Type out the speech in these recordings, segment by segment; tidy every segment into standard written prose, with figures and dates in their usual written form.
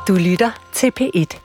Du lytter til P1.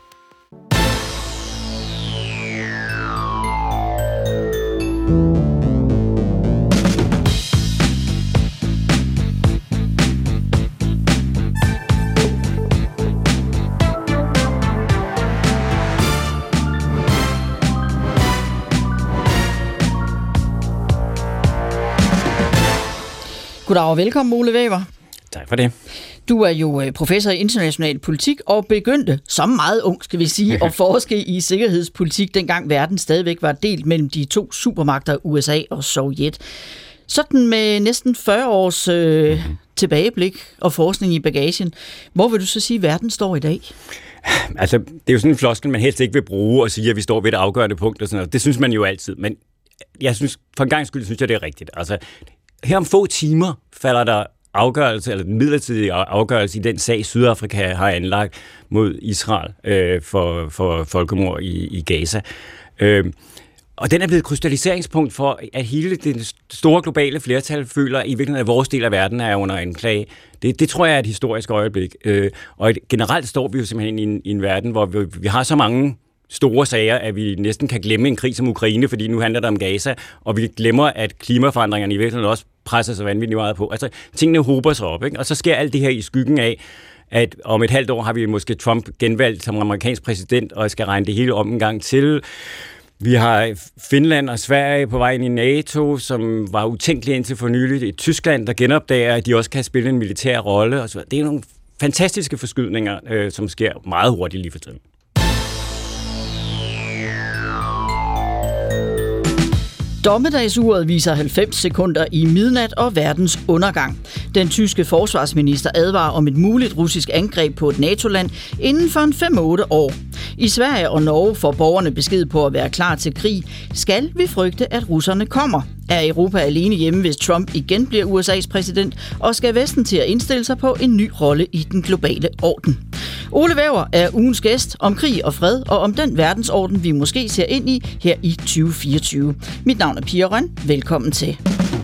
Goddag og velkommen, Ole Wæver. Tak for det. Du er jo professor i international politik og begyndte, som meget ung, skal vi sige, at forske i sikkerhedspolitik, dengang verden stadigvæk var delt mellem de to supermagter, USA og Sovjet. Sådan med næsten 40 års tilbageblik og forskning i bagagen, hvor vil du så sige, at verden står i dag? Altså, det er jo sådan en floskel, man helst ikke vil bruge og sige, at vi står ved et afgørende punkt og sådan noget. Det synes man jo altid, men jeg synes, for en gang skyld synes jeg, det er rigtigt. Altså, her om få timer falder der afgørelse, eller den midlertidige afgørelse i den sag, Sydafrika har anlagt mod Israel for folkemord i Gaza. Og den er blevet et krystalliseringspunkt for, at hele det store globale flertal føler, i virkeligheden, at vores del af verden er under anklage. Det tror jeg er et historisk øjeblik. Og generelt står vi jo simpelthen i en verden, hvor vi har så mange store sager, at vi næsten kan glemme en krig som Ukraine, fordi nu handler det om Gaza, og vi glemmer, at klimaforandringerne i virkeligheden også presser sig vanvittigt meget på. Altså, tingene hober sig op, ikke? Og så sker alt det her i skyggen af, at om et halvt år har vi måske Trump genvalgt som amerikansk præsident, og skal regne det hele om en gang til. Vi har Finland og Sverige på vej ind i NATO, som var utænkelige indtil for nyligt. I Tyskland, der genopdager, at de også kan spille en militær rolle. Og så. Det er nogle fantastiske forskydninger, som sker meget hurtigt lige for tiden. Dommedagsuret viser 90 sekunder i midnat og verdens undergang. Den tyske forsvarsminister advarer om et muligt russisk angreb på et NATO-land inden for en 5-8 år. I Sverige og Norge får borgerne besked på at være klar til krig. Skal vi frygte, at russerne kommer? Er Europa alene hjemme, hvis Trump igen bliver USA's præsident? Og skal Vesten til at indstille sig på en ny rolle i den globale orden? Ole Wæver er ugens gæst om krig og fred og om den verdensorden, vi måske ser ind i her i 2024. Mit navn er Pia Røn. Velkommen til.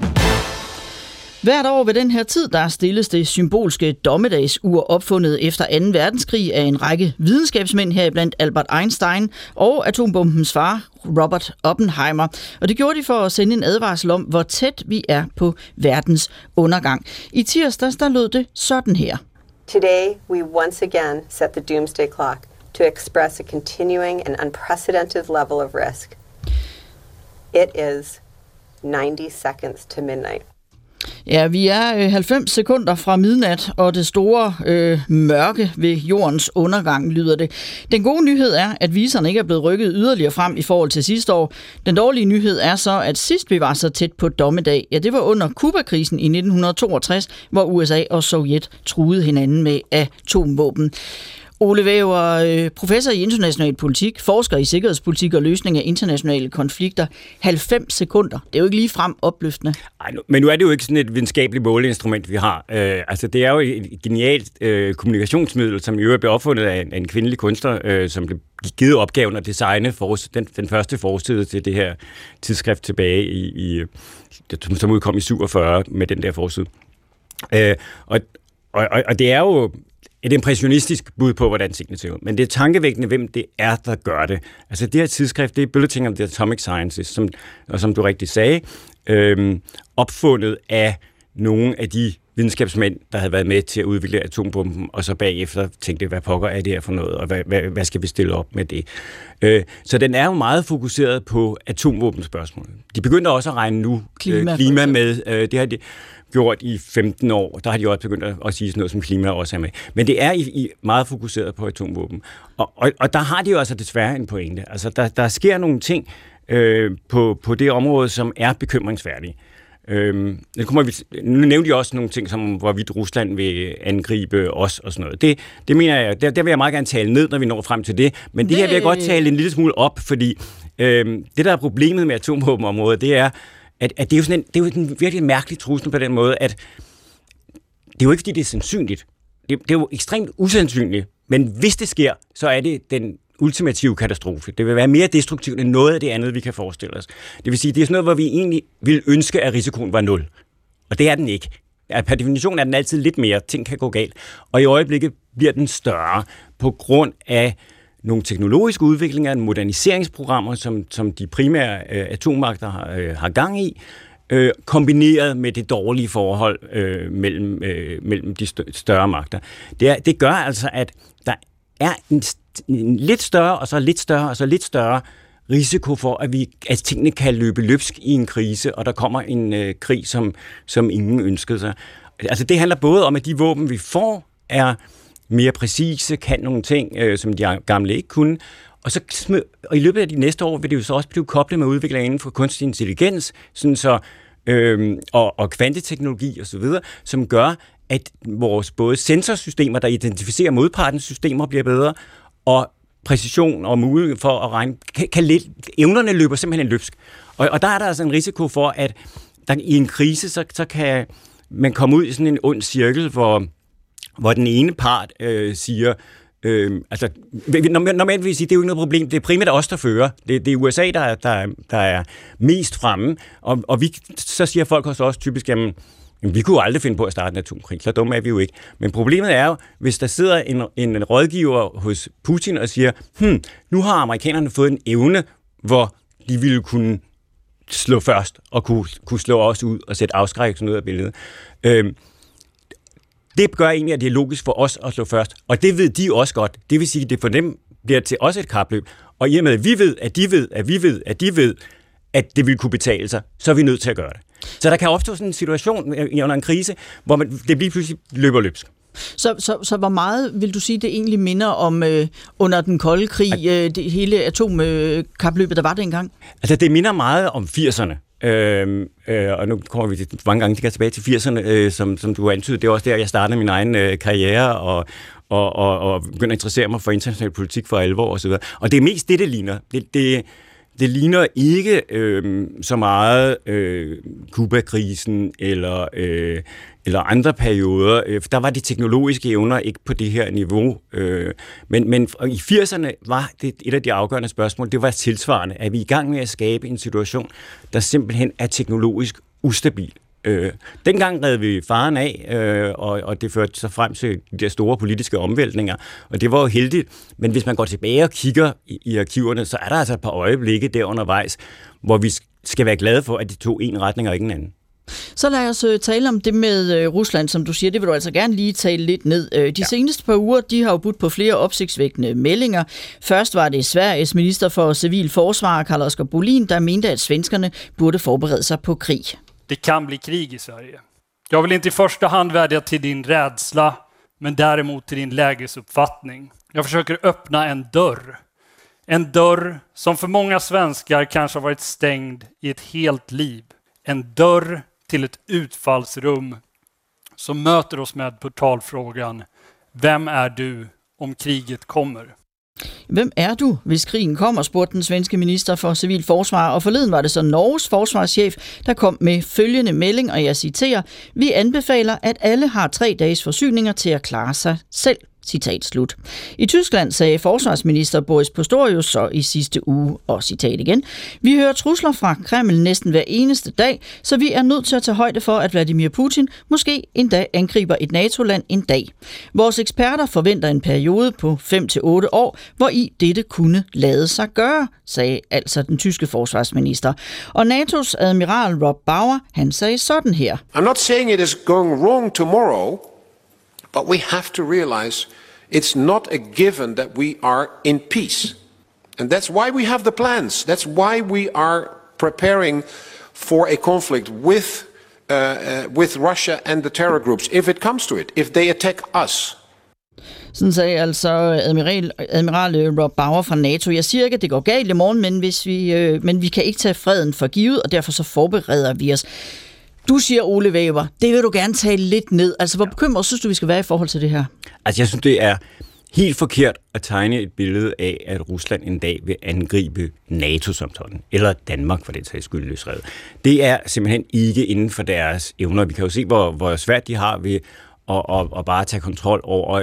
Hvert år ved den her tid, der stilles det symbolske dommedagsur opfundet efter 2. verdenskrig af en række videnskabsmænd, heriblandt Albert Einstein og atombombens far, Robert Oppenheimer. Og det gjorde de for at sende en advarsel om, hvor tæt vi er på verdens undergang. I tirsdags, der lød det sådan her. Today, we once again set the doomsday clock to express a continuing and unprecedented level of risk. It is 90 seconds to midnight. Ja, vi er 90 sekunder fra midnat, og det store mørke ved jordens undergang, lyder det. Den gode nyhed er, at viserne ikke er blevet rykket yderligere frem i forhold til sidste år. Den dårlige nyhed er så, at sidst vi var så tæt på dommedag, ja, det var under Kuba-krisen i 1962, hvor USA og Sovjet truede hinanden med atomvåben. Ole Wæver, professor i international politik, forsker i sikkerhedspolitik og løsning af internationale konflikter. 90 sekunder. Det er jo ikke ligefrem opløftende. Ej, men nu er det jo ikke sådan et videnskabeligt måleinstrument, vi har. Altså, det er jo et genialt kommunikationsmiddel, som i øvrigt blev opfundet af en kvindelig kunstner, som blev givet opgaven at designe den første forside til det her tidsskrift tilbage som udkom i 47 med den der forside. Og det er jo et impressionistisk bud på, hvordan tingene ser ud. Men det er tankevækkende, hvem det er, der gør det. Altså det her tidsskrift, det er Bulletin of the Atomic Sciences, som du rigtig sagde, opfundet af nogle af de videnskabsmænd, der havde været med til at udvikle atombomben, og så bagefter tænkte, hvad pokker er det her for noget, og hvad skal vi stille op med det? Så den er jo meget fokuseret på atomvåbenspørgsmål. De begynder også at regne nu klima med. Det har de gjort i 15 år. Der har de også begyndt at sige sådan noget, som klima også er med. Men det er i meget fokuseret på atomvåben. Og der har de jo altså desværre en pointe. Altså, der sker nogle ting på det område, som er bekymringsværdige. Nu nævnte jeg også nogle ting, som hvorvidt Rusland vil angribe os og sådan noget. Det mener jeg, der vil jeg meget gerne tale ned, når vi når frem til det. Men det her vil jeg godt tale en lille smule op, fordi det, der er problemet med atomvåbenområdet, det er, at det er jo en virkelig mærkelig trussel på den måde, at det er jo ikke, fordi det er sandsynligt. Det er jo ekstremt usandsynligt, men hvis det sker, så er det den ultimative katastrofe. Det vil være mere destruktivt end noget af det andet, vi kan forestille os. Det vil sige, det er sådan noget, hvor vi egentlig vil ønske, at risikoen var 0. Og det er den ikke. at per definition er den altid lidt mere, ting kan gå galt, og i øjeblikket bliver den større på grund af nogle teknologiske udviklinger, moderniseringsprogrammer, som de primære atommagter har gang i, kombineret med det dårlige forhold mellem de større magter. Det gør altså, at der er en lidt større, og så lidt større, og så lidt større risiko for, at tingene kan løbe løbsk i en krise, og der kommer en krig, som ingen ønskede sig. Altså det handler både om, at de våben, vi får, er mere præcise, kan nogle ting, som de gamle ikke kunne, og i løbet af de næste år vil det jo så også blive koblet med udviklingen inden for kunstig intelligens, sådan så, og kvanteteknologi osv., som gør, at vores både sensorsystemer, der identificerer modpartens systemer, bliver bedre, og præcision og mulighed for at regne, evnerne løber simpelthen løbsk. Og der er der altså en risiko for, at der, i en krise, så kan man komme ud i sådan en ond cirkel, hvor den ene part siger, altså, normalt vil jeg sige, det er jo ikke noget problem, det er primært os, der fører. Det er USA, der er mest fremme, og så siger folk hos os typisk, jamen, vi kunne aldrig finde på at starte en atomkrig, så dumme er vi jo ikke. Men problemet er jo, hvis der sidder en rådgiver hos Putin og siger, nu har amerikanerne fået en evne, hvor de ville kunne slå først, og kunne slå os ud og sætte afskrækkelsen ud af billedet. Det gør egentlig, at det er logisk for os at slå først, og det ved de også godt. Det vil sige, at det for dem bliver til også et kapløb. Og i og med, at vi ved, at de ved, at vi ved, at de ved, at det vil kunne betale sig, så er vi nødt til at gøre det. Så der kan opstå sådan en situation under en krise, hvor det bliver pludselig løber løbsk. Så hvor meget vil du sige, det egentlig minder om under den kolde krig, det hele atomkapløbet, der var det engang? Altså, det minder meget om 80'erne. Og nu kommer vi mange gange tilbage til 80'erne, som du antydede. Det er også der, jeg startede min egen karriere og begyndte at interessere mig for international politik for alvor osv. Og det er mest det ligner. Det ligner ikke så meget Cuba-krisen eller andre perioder. Der var de teknologiske evner ikke på det her niveau. Men i 80'erne var det et af de afgørende spørgsmål. Det var tilsvarende. Er vi i gang med at skabe en situation, der simpelthen er teknologisk ustabil? Dengang redde vi faren af, og det førte sig frem til de der store politiske omvæltninger, og det var jo heldigt. Men hvis man går tilbage og kigger i arkiverne, så er der altså et par øjeblikke der undervejs, hvor vi skal være glade for, at de tog en retning og ikke en anden. Så lad os tale om det med Rusland, som du siger. Det vil du altså gerne lige tale lidt ned. De seneste par uger, de har jo budt på flere opsigtsvækkende meldinger. Først var det Sveriges minister for civil forsvar, Carl-Oskar Bolin, der mente, at svenskerne burde forberede sig på krig. Det kan bli krig i Sverige. Jag vill inte i första hand vädja till din rädsla, men däremot till din lägesuppfattning. Jag försöker öppna en dörr. En dörr som för många svenskar kanske har varit stängd i ett helt liv. En dörr till ett utfallsrum som möter oss med portalfrågan: vem är du om kriget kommer? Hvem er du, hvis krigen kommer, spurgte den svenske minister for civil forsvar, og forleden var det så Norges forsvarschef, der kom med følgende melding, og jeg citerer: vi anbefaler, at alle har 3 dages forsyninger til at klare sig selv. Citat slut. I Tyskland sagde forsvarsminister Boris Pistorius så i sidste uge, og citat igen: vi hører trusler fra Kreml næsten hver eneste dag, så vi er nødt til at tage højde for, at Vladimir Putin måske en dag angriber et NATO-land en dag. Vores eksperter forventer en periode på 5 til 8 år, hvor i dette kunne lade sig gøre, sagde altså den tyske forsvarsminister. Og NATO's admiral Rob Bauer, han sagde sådan her: I'm not saying it is going wrong tomorrow, but we have to realize it's not a given that we are in peace. And that's why we have the plans. That's why we are preparing for a conflict with Russia and the terror groups, if it comes to it, if they attack us. Sådan sagde altså admiral Rob Bauer fra NATO. Jeg siger ikke, at det går galt i morgen, men vi kan ikke tage freden for givet, og derfor så forbereder vi os. Du siger, Ole Weber, det vil du gerne tale lidt ned. Altså, hvor bekymret synes du, vi skal være i forhold til det her? Altså, jeg synes, det er helt forkert at tegne et billede af, at Rusland en dag vil angribe NATO som sådan, eller Danmark for den sags skyld løsrevet. Det er simpelthen ikke inden for deres evner. Vi kan jo se, hvor svært de har ved at bare tage kontrol over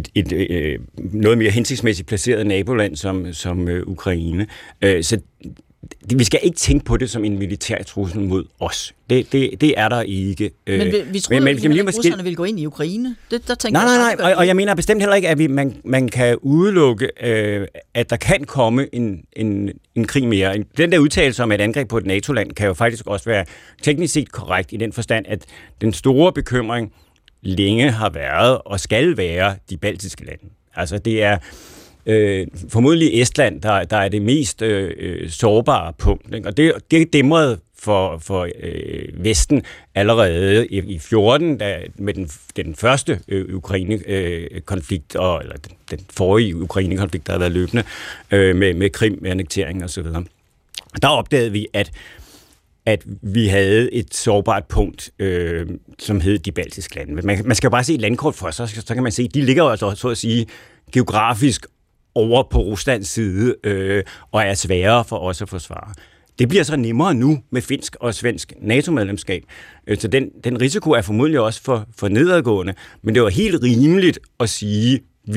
et noget mere hensigtsmæssigt placeret naboland som Ukraine. Så vi skal ikke tænke på det som en militær trussel mod os. Det er der ikke. Men vi troede, at russerne ville gå ind i Ukraine. Der tænker nej, og jeg mener bestemt heller ikke, at man kan udelukke, at der kan komme en krig mere. Den der udtalelse om et angreb på et NATO-land kan jo faktisk også være teknisk set korrekt i den forstand, at den store bekymring længe har været og skal være de baltiske lande. Altså det er formodentlig Estland, der er det mest sårbare punkt. Ikke? Og det dæmrede for Vesten allerede i 14 med den første Ukraine-konflikt, eller den forrige Ukraine-konflikt, der havde været løbende med Krim, annektering og så videre. Der opdagede vi, at vi havde et sårbart punkt, som hed de baltiske lande. Man skal jo bare se et landkort for sig, så kan man se, de ligger jo altså, så at sige, geografisk over på Ruslands side, og er sværere for os at forsvare. Det bliver så nemmere nu med finsk og svensk NATO-medlemskab. Så den risiko er formodentlig også for nedadgående, men det var helt rimeligt at sige, at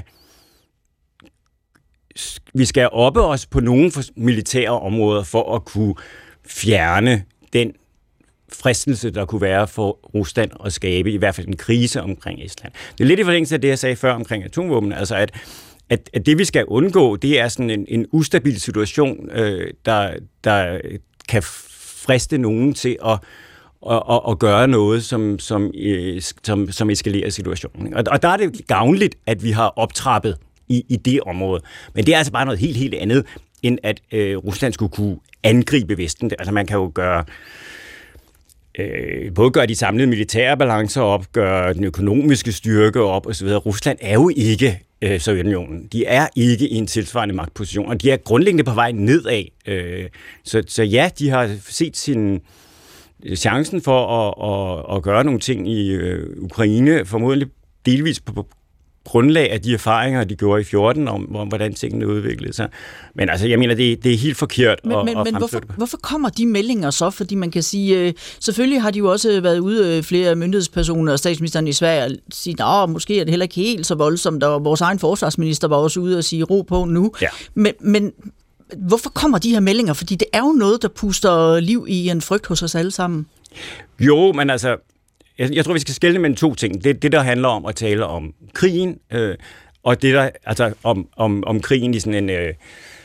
vi skal oppe os på nogle militære områder for at kunne fjerne den fristelse, der kunne være for Rusland at skabe i hvert fald en krise omkring Estland. Det er lidt i forlængelse af det, jeg sagde før omkring atomvåben, altså at det, vi skal undgå, det er sådan en ustabil situation, der kan friste nogen til at gøre noget, som eskalerer situationen. Og der er det gavnligt, at vi har optrappet i det område. Men det er altså bare noget helt, helt andet, end at Rusland skulle kunne angribe Vesten. Altså man kan jo både gøre de samlede militære balancer op, gøre den økonomiske styrke op osv. Rusland er jo ikke Sovjetunionen. De er ikke i en tilsvarende magtposition, og de er grundlæggende på vej nedad. Så ja, de har set chancen for at gøre nogle ting i Ukraine, formodentlig delvis på grundlag af de erfaringer, de gjorde i 14 om hvordan tingene udviklede sig. Men altså, jeg mener, det er helt forkert at fremstille det. Hvorfor kommer de meldinger så? Fordi man kan sige, selvfølgelig har de jo også været ude, flere myndighedspersoner og statsministeren i Sverige, og sige, måske er det heller ikke helt så voldsomt, og vores egen forsvarsminister var også ude og sige, ro på nu. Ja. Men hvorfor kommer de her meldinger? Fordi det er jo noget, der puster liv i en frygt hos os alle sammen. Jo, men altså, jeg tror, vi skal skelne mellem to ting. Det, der handler om at tale om krigen, og det, der altså om krigen i sådan en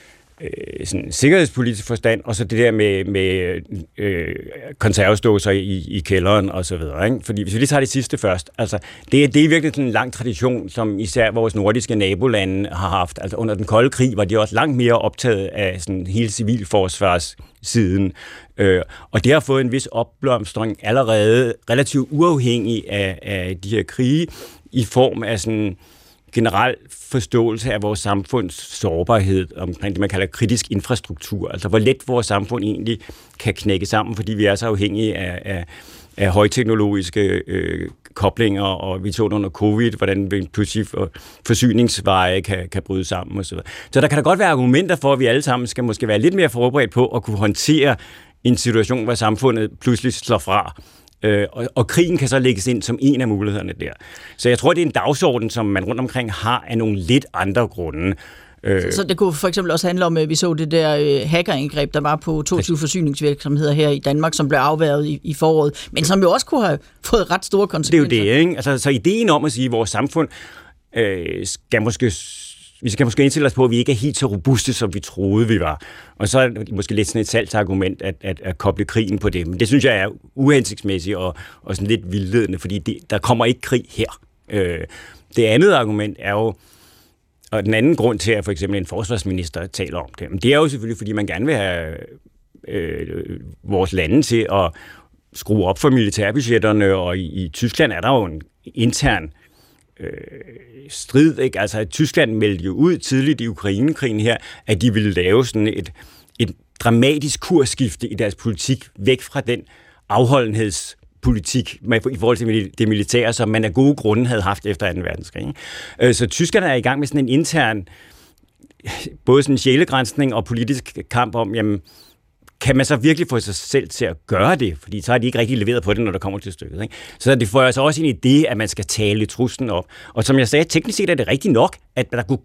sådan sikkerhedspolitisk forstand, og så det der med konservesdåser i kælderen og så videre. Ikke? Fordi hvis vi lige tager det sidste først, altså det er virkelig sådan en lang tradition, som især vores nordiske nabolande har haft. Altså under den kolde krig var de også langt mere optaget af sådan hele civilforsvarssiden. Og det har fået en vis opblomstring allerede relativt uafhængig af de her krige i form af sådan generel forståelse af vores samfunds sårbarhed omkring det, man kalder kritisk infrastruktur. Altså hvor let vores samfund egentlig kan knække sammen, fordi vi er så afhængige af højteknologiske koblinger, og vi tog under covid, hvordan pludselig forsyningsveje kan bryde sammen osv. Så der kan da godt være argumenter for, at vi alle sammen skal måske være lidt mere forberedt på at kunne håndtere en situation, hvor samfundet pludselig slår fra. Og krigen kan så lægges ind som en af mulighederne der. Så jeg tror, det er en dagsorden, som man rundt omkring har af nogle lidt andre grunde. Så det kunne for eksempel også handle om, at vi så det der hackerangreb, der var på 22 forsyningsvirksomheder her i Danmark, som blev afværget i foråret, men som jo også kunne have fået ret store konsekvenser. Det er jo det, ikke? Altså, så ideen om at sige, at vores samfund vi skal måske indstille os på, at vi ikke er helt så robuste, som vi troede, vi var. Og så er det måske lidt sådan et salgsargument at koble krigen på det. Men det synes jeg er uhensigtsmæssigt og sådan lidt vildledende, fordi der kommer ikke krig her. Det andet argument er jo, og den anden grund til, at for eksempel en forsvarsminister taler om det, det er jo selvfølgelig, fordi man gerne vil have vores lande til at skrue op for militærbudgetterne, og i Tyskland er der jo en intern strid, ikke? Altså, at Tyskland meldte jo ud tidligt i Ukraine-krigen her, at de ville lave sådan et dramatisk kursskifte i deres politik, væk fra den afholdenhedspolitik i forhold til det militære, som man af gode grunde havde haft efter 2. verdenskrig. Så Tyskland er i gang med sådan en intern, både sådan en sjælegrænsning og politisk kamp om, jamen, kan man så virkelig få sig selv til at gøre det? Fordi så har de ikke rigtig leveret på det, når der kommer til stykket. Ikke? Så det får altså også en idé, at man skal tale truslen op. Og som jeg sagde, teknisk set er det rigtigt nok, at der kunne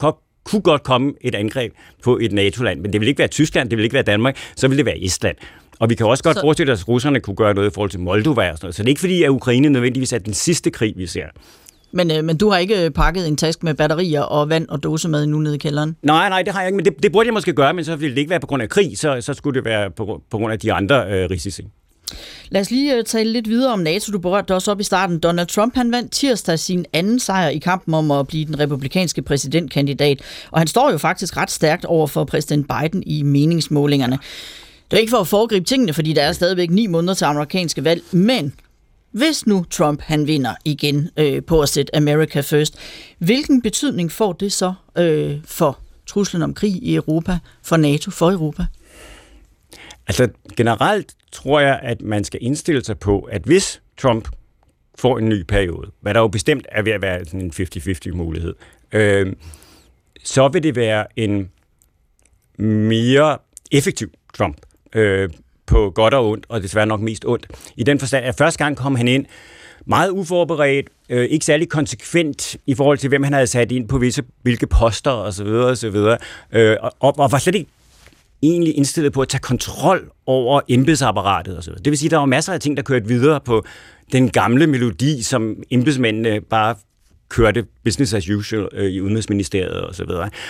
kunne godt komme et angreb på et NATO-land, men det vil ikke være Tyskland, det vil ikke være Danmark, så vil det være Estland. Og vi kan også godt forestille os, at russerne kunne gøre noget i forhold til Moldova og sådan noget. Så det er ikke fordi, at Ukraine nødvendigvis er den sidste krig, vi ser. Men du har ikke pakket en taske med batterier og vand og dåsemad nu nede i kælderen? Nej, det har jeg ikke, men det burde jeg måske gøre, men så ville det ikke være på grund af krig, så skulle det være på grund af de andre risici. Lad os lige tale lidt videre om NATO. Du berørte også op i starten. Donald Trump, han vandt tirsdag sin anden sejr i kampen om at blive den republikanske præsidentkandidat, og han står jo faktisk ret stærkt over for præsident Biden i meningsmålingerne. Det er ikke for at foregribe tingene, fordi der er stadigvæk 9 måneder til amerikanske valg, men hvis nu Trump han vinder igen på at sætte America First, hvilken betydning får det så for truslen om krig i Europa, for NATO, for Europa? Altså generelt tror jeg, at man skal indstille sig på, at hvis Trump får en ny periode, hvad der jo bestemt er ved at være sådan en 50-50 mulighed, så vil det være en mere effektiv Trump på godt og ondt, og desværre nok mest ondt. I den forstand, at første gang kom han ind meget uforberedt, ikke særlig konsekvent i forhold til, hvem han havde sat ind på hvilke poster osv. Og var slet ikke egentlig indstillet på at tage kontrol over embedsapparatet osv. Det vil sige, at der var masser af ting, der kørte videre på den gamle melodi, som embedsmændene bare kørte business as usual i Udenrigsministeriet osv.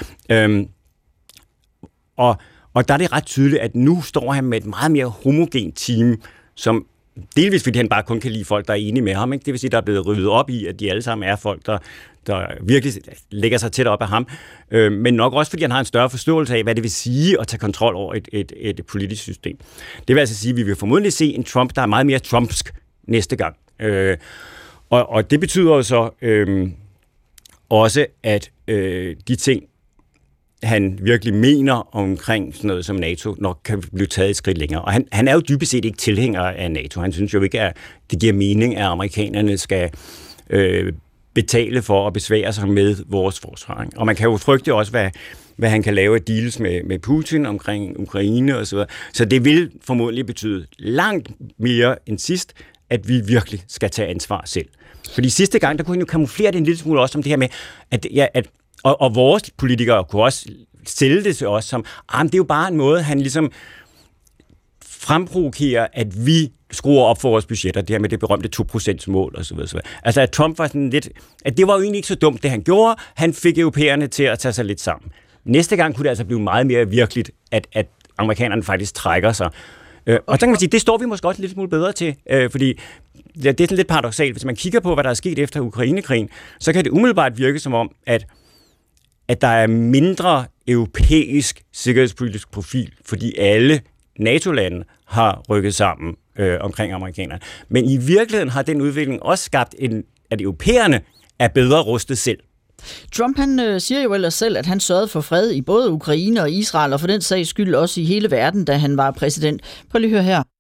Og der er det ret tydeligt, at nu står han med et meget mere homogent team, som delvis fordi han bare kun kan lide folk, der er enige med ham. Ikke? Det vil sige, at der er blevet ryddet op i, at de alle sammen er folk, der virkelig lægger sig tæt op af ham. Men nok også, fordi han har en større forståelse af, hvad det vil sige at tage kontrol over et politisk system. Det vil altså sige, at vi vil formodentlig se en Trump, der er meget mere trumpsk næste gang. Og det betyder jo så også, at de ting, han virkelig mener omkring sådan noget som NATO, nok kan blive taget et skridt længere. Og han er jo dybest set ikke tilhænger af NATO. Han synes jo ikke, at det giver mening, at amerikanerne skal betale for at besvære sig med vores forsvar. Og man kan jo frygte også, hvad han kan lave af deals med Putin omkring Ukraine og så videre. Så det vil formodentlig betyde langt mere end sidst, at vi virkelig skal tage ansvar selv. Fordi sidste gang, der kunne han jo kamuflere det en lille smule også om det her med, og vores politikere kunne også sælge det til os som, det er jo bare en måde, han ligesom fremprovokerer, at vi skruer op for vores budgetter, det her med det berømte 2% mål osv. Altså at Trump var sådan lidt, at det var jo egentlig ikke så dumt, det han gjorde. Han fik europæerne til at tage sig lidt sammen. Næste gang kunne det altså blive meget mere virkeligt, at amerikanerne faktisk trækker sig. Og så kan man sige, det står vi måske også lidt smule bedre til, fordi det er sådan lidt paradoksalt. Hvis man kigger på, hvad der er sket efter Ukrainekrigen, så kan det umiddelbart virke som om, at der er mindre europæisk sikkerhedspolitisk profil, fordi alle NATO-lande har rykket sammen omkring amerikanerne. Men i virkeligheden har den udvikling også skabt, at europæerne er bedre rustet selv. Trump han siger jo ellers selv, at han sørgede for fred i både Ukraine og Israel, og for den sags skyld også i hele verden, da han var præsident. Prøv lige at høre her.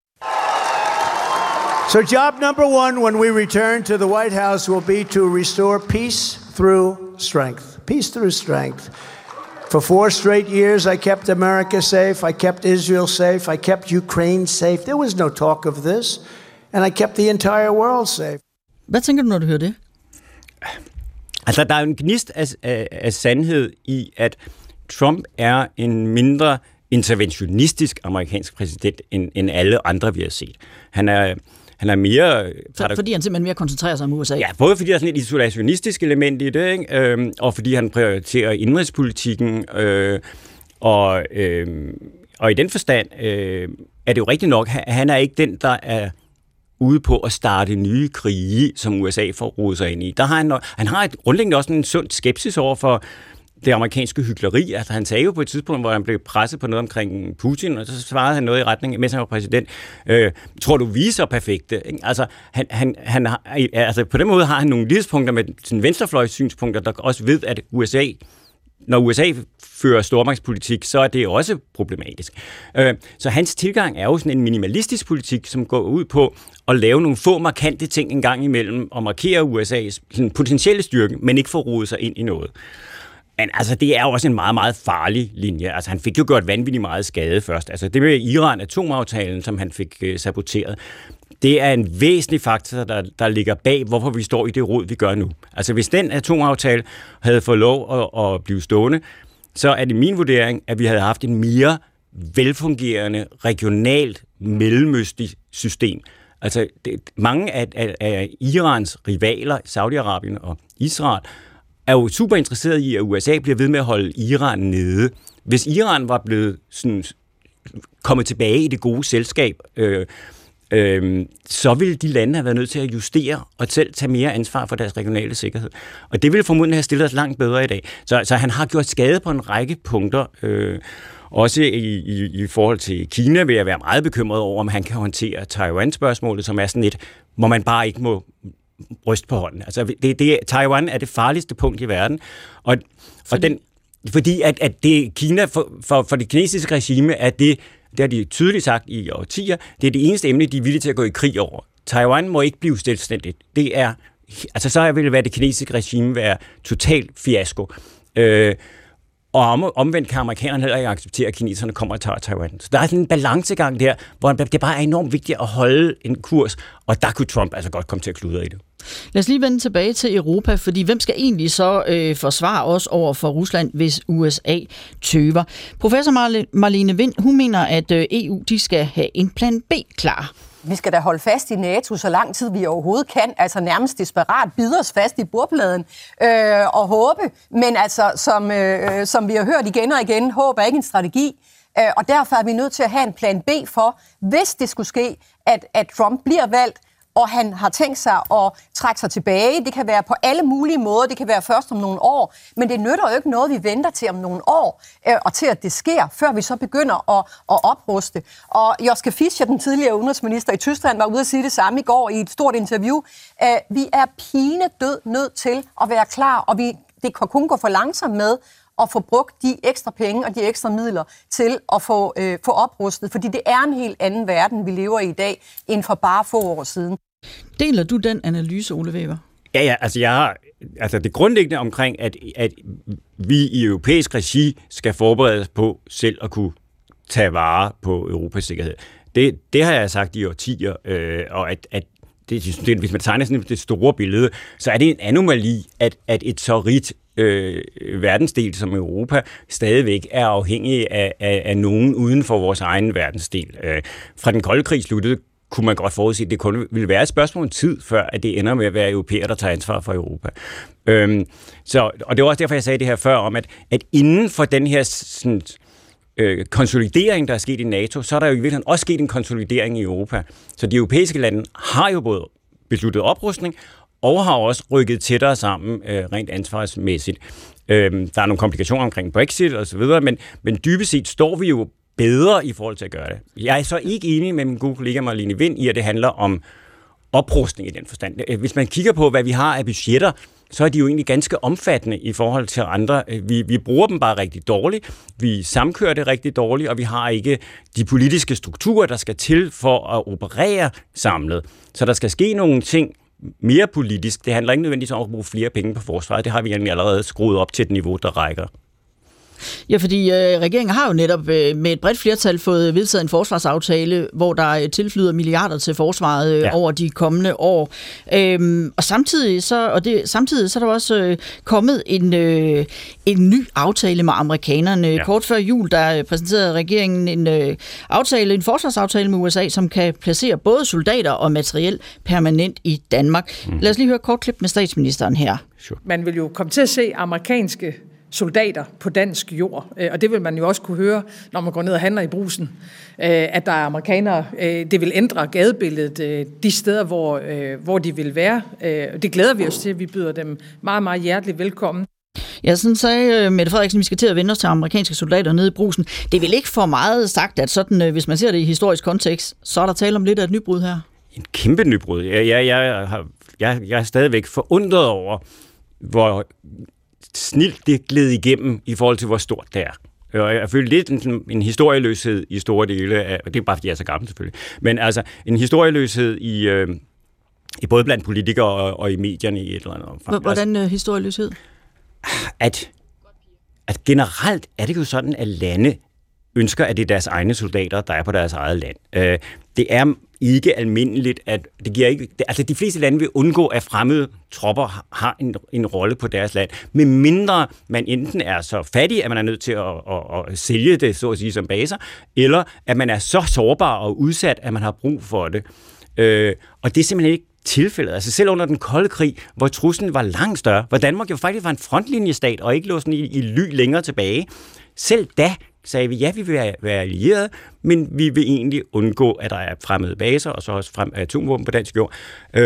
So job number one when we return to the White House will be to restore peace through strength. Peace through strength. For 4 straight years, I kept America safe. I kept Israel safe. I kept Ukraine safe. There was no talk of this. And I kept the entire world safe. Hvad tænker du, når du hører det? Altså, der er en gnist af sandhed i, at Trump er en mindre interventionistisk amerikansk præsident end alle andre, vi har set. Han er mere... Fordi han simpelthen mere koncentrerer sig om USA? Ja, både fordi der er sådan et isolationistisk element i det, ikke? Og fordi han prioriterer indrigspolitikken, og i den forstand er det jo rigtigt nok, at han er ikke den, der er ude på at starte nye krige, som USA får rodet sig ind i. Der har han har grundlæggende også en sund skepsis over for det amerikanske hykleri. Altså, han sagde jo på et tidspunkt, hvor han blev presset på noget omkring Putin, og så svarede han noget i retning, mens han var præsident. Tror du, vi er så perfekte? Altså, altså, på den måde har han nogle lidspunkter med sådan venstrefløjssynspunkter, der også ved, at når USA fører stormagtspolitik, så er det også problematisk. Så hans tilgang er jo sådan en minimalistisk politik, som går ud på at lave nogle få markante ting en gang imellem, og markere USA's sådan potentielle styrke, men ikke få rodet sig ind i noget. Men altså, det er jo også en meget, meget farlig linje. Altså, han fik jo gjort vanvittigt meget skade først. Altså, det med Iran-atomaftalen, som han fik saboteret, det er en væsentlig faktor, der ligger bag, hvorfor vi står i det rod, vi gør nu. Altså hvis den atomaftale havde fået lov at blive stående, så er det min vurdering, at vi havde haft en mere velfungerende, regionalt, mellemøstligt system. Altså mange af Irans rivaler, Saudi-Arabien og Israel, er jo super interesseret i, at USA bliver ved med at holde Iran nede. Hvis Iran var blevet sådan, kommet tilbage i det gode selskab, så ville de lande have været nødt til at justere og selv tage mere ansvar for deres regionale sikkerhed. Og det ville formodentlig have stillet os langt bedre i dag. Så han har gjort skade på en række punkter. Også i forhold til Kina vil jeg være meget bekymret over, om han kan håndtere Taiwan-spørgsmålet, som er sådan et, hvor man bare ikke må ryste på hånden. Altså, Taiwan er det farligste punkt i verden. Fordi at det Kina, for det kinesiske regime, er det har de tydeligt sagt i årtier, det er det eneste emne, de er villige til at gå i krig over. Taiwan må ikke blive selvstændigt. Det er, altså så vil det være det kinesiske regime være totalt fiasko. Og omvendt kan amerikanerne heller ikke acceptere, at kineserne kommer og tager Taiwan. Så der er sådan en balancegang der, hvor det bare er enormt vigtigt at holde en kurs, og der kunne Trump altså godt komme til at kludre i det. Lad os lige vende tilbage til Europa, fordi hvem skal egentlig så forsvare os over for Rusland, hvis USA tøver? Professor Marlene Wind, hun mener, at EU de skal have en plan B klar. Vi skal da holde fast i NATO så lang tid vi overhovedet kan, altså nærmest desperat bide os fast i bordpladen og håbe. Men altså, som vi har hørt igen og igen, håb er ikke en strategi. Og derfor er vi nødt til at have en plan B for, hvis det skulle ske, at Trump bliver valgt, og han har tænkt sig at trække sig tilbage. Det kan være på alle mulige måder. Det kan være først om nogle år. Men det nytter jo ikke noget, vi venter til om nogle år, og til at det sker, før vi så begynder at opruste. Og Joschka Fischer, den tidligere udenrigsminister i Tyskland, var ude at sige det samme i går i et stort interview. Vi er pinedød nødt til at være klar, og det kan kun gå for langsomt med at få brugt de ekstra penge og de ekstra midler til at få oprustet. Fordi det er en helt anden verden, vi lever i dag, end for bare få år siden. Deler du den analyse, Ole Weber? Ja, altså det grundlæggende omkring, at vi i europæisk regi skal forberede os på selv at kunne tage vare på Europas sikkerhed. Det har jeg sagt i årtier, og at hvis man tegner sådan det store billede, så er det en anomali, at et så rigt verdensdel som Europa stadigvæk er afhængig af nogen uden for vores egen verdensdel. Fra den kolde krig sluttede, kunne man godt forudse, at det kun ville være et spørgsmål om tid, før at det ender med at være europæer, der tager ansvar for Europa. Og det var også derfor, jeg sagde det her før, om at inden for den her sådan, konsolidering, der er sket i NATO, så er der jo i virkeligheden også sket en konsolidering i Europa. Så de europæiske lande har jo både besluttet oprustning, og har også rykket tættere sammen rent ansvarsmæssigt. Der er nogle komplikationer omkring Brexit og så videre, men dybest set står vi jo bedre i forhold til at gøre det. Jeg er så ikke enig med min gode kollega Marlene Wind i, at det handler om oprustning i den forstand. Hvis man kigger på, hvad vi har af budgetter, så er de jo egentlig ganske omfattende i forhold til andre. Vi bruger dem bare rigtig dårligt, vi samkører det rigtig dårligt, og vi har ikke de politiske strukturer, der skal til for at operere samlet. Så der skal ske nogle ting mere politisk. Det handler ikke nødvendigvis om at bruge flere penge på forsvaret. Det har vi egentlig allerede skruet op til et niveau, der rækker. Ja, fordi regeringen har jo netop med et bredt flertal fået vedtaget en forsvarsaftale, hvor der tilflyder milliarder til forsvaret over de kommende år. Og samtidig så er der også kommet en ny aftale med amerikanerne. Ja. Kort før jul, der præsenterede regeringen en forsvarsaftale med USA, som kan placere både soldater og materiel permanent i Danmark. Lad os lige høre et kort klip med statsministeren her. Sure. Man vil jo komme til at se amerikanske soldater på dansk jord, og det vil man jo også kunne høre, når man går ned og handler i Brugsen, at der er amerikanere. Det vil ændre gadebilledet de steder, hvor de vil være. Det glæder vi os til. Vi byder dem meget, meget hjerteligt velkommen. Ja, sådan sagde Mette Frederiksen, vi skal til at vende os til amerikanske soldater nede i Brugsen. Det er vel ikke for meget sagt, at sådan, hvis man ser det i historisk kontekst, så er der tale om lidt af et nybrud her? En kæmpe nybrud. Jeg er stadigvæk forundret over, hvor snilt det gled igennem i forhold til, hvor stort det er. Og jeg føler lidt en historieløshed i store dele af, og det er bare fordi jeg er så gammel selvfølgelig, men altså en historieløshed i både blandt politikere og i medierne i et eller andet omfang. Hvordan historieløshed? At generelt er det jo sådan, at lande ønsker, at det er deres egne soldater, der er på deres eget land. det er ikke almindeligt, at det giver ikke... Altså, de fleste lande vil undgå, at fremmede tropper har en rolle på deres land, medmindre man enten er så fattig, at man er nødt til at sælge det, så at sige, som baser, eller at man er så sårbar og udsat, at man har brug for det. Og det er simpelthen ikke tilfældet. Altså selv under den kolde krig, hvor truslen var langt større, hvor Danmark jo faktisk var en frontlinjestat og ikke lå sådan i ly længere tilbage, selv da sagde vi, ja, vi vil være allierede, men vi vil egentlig undgå, at der er fremmede baser, og så også atomvåben på dansk jord.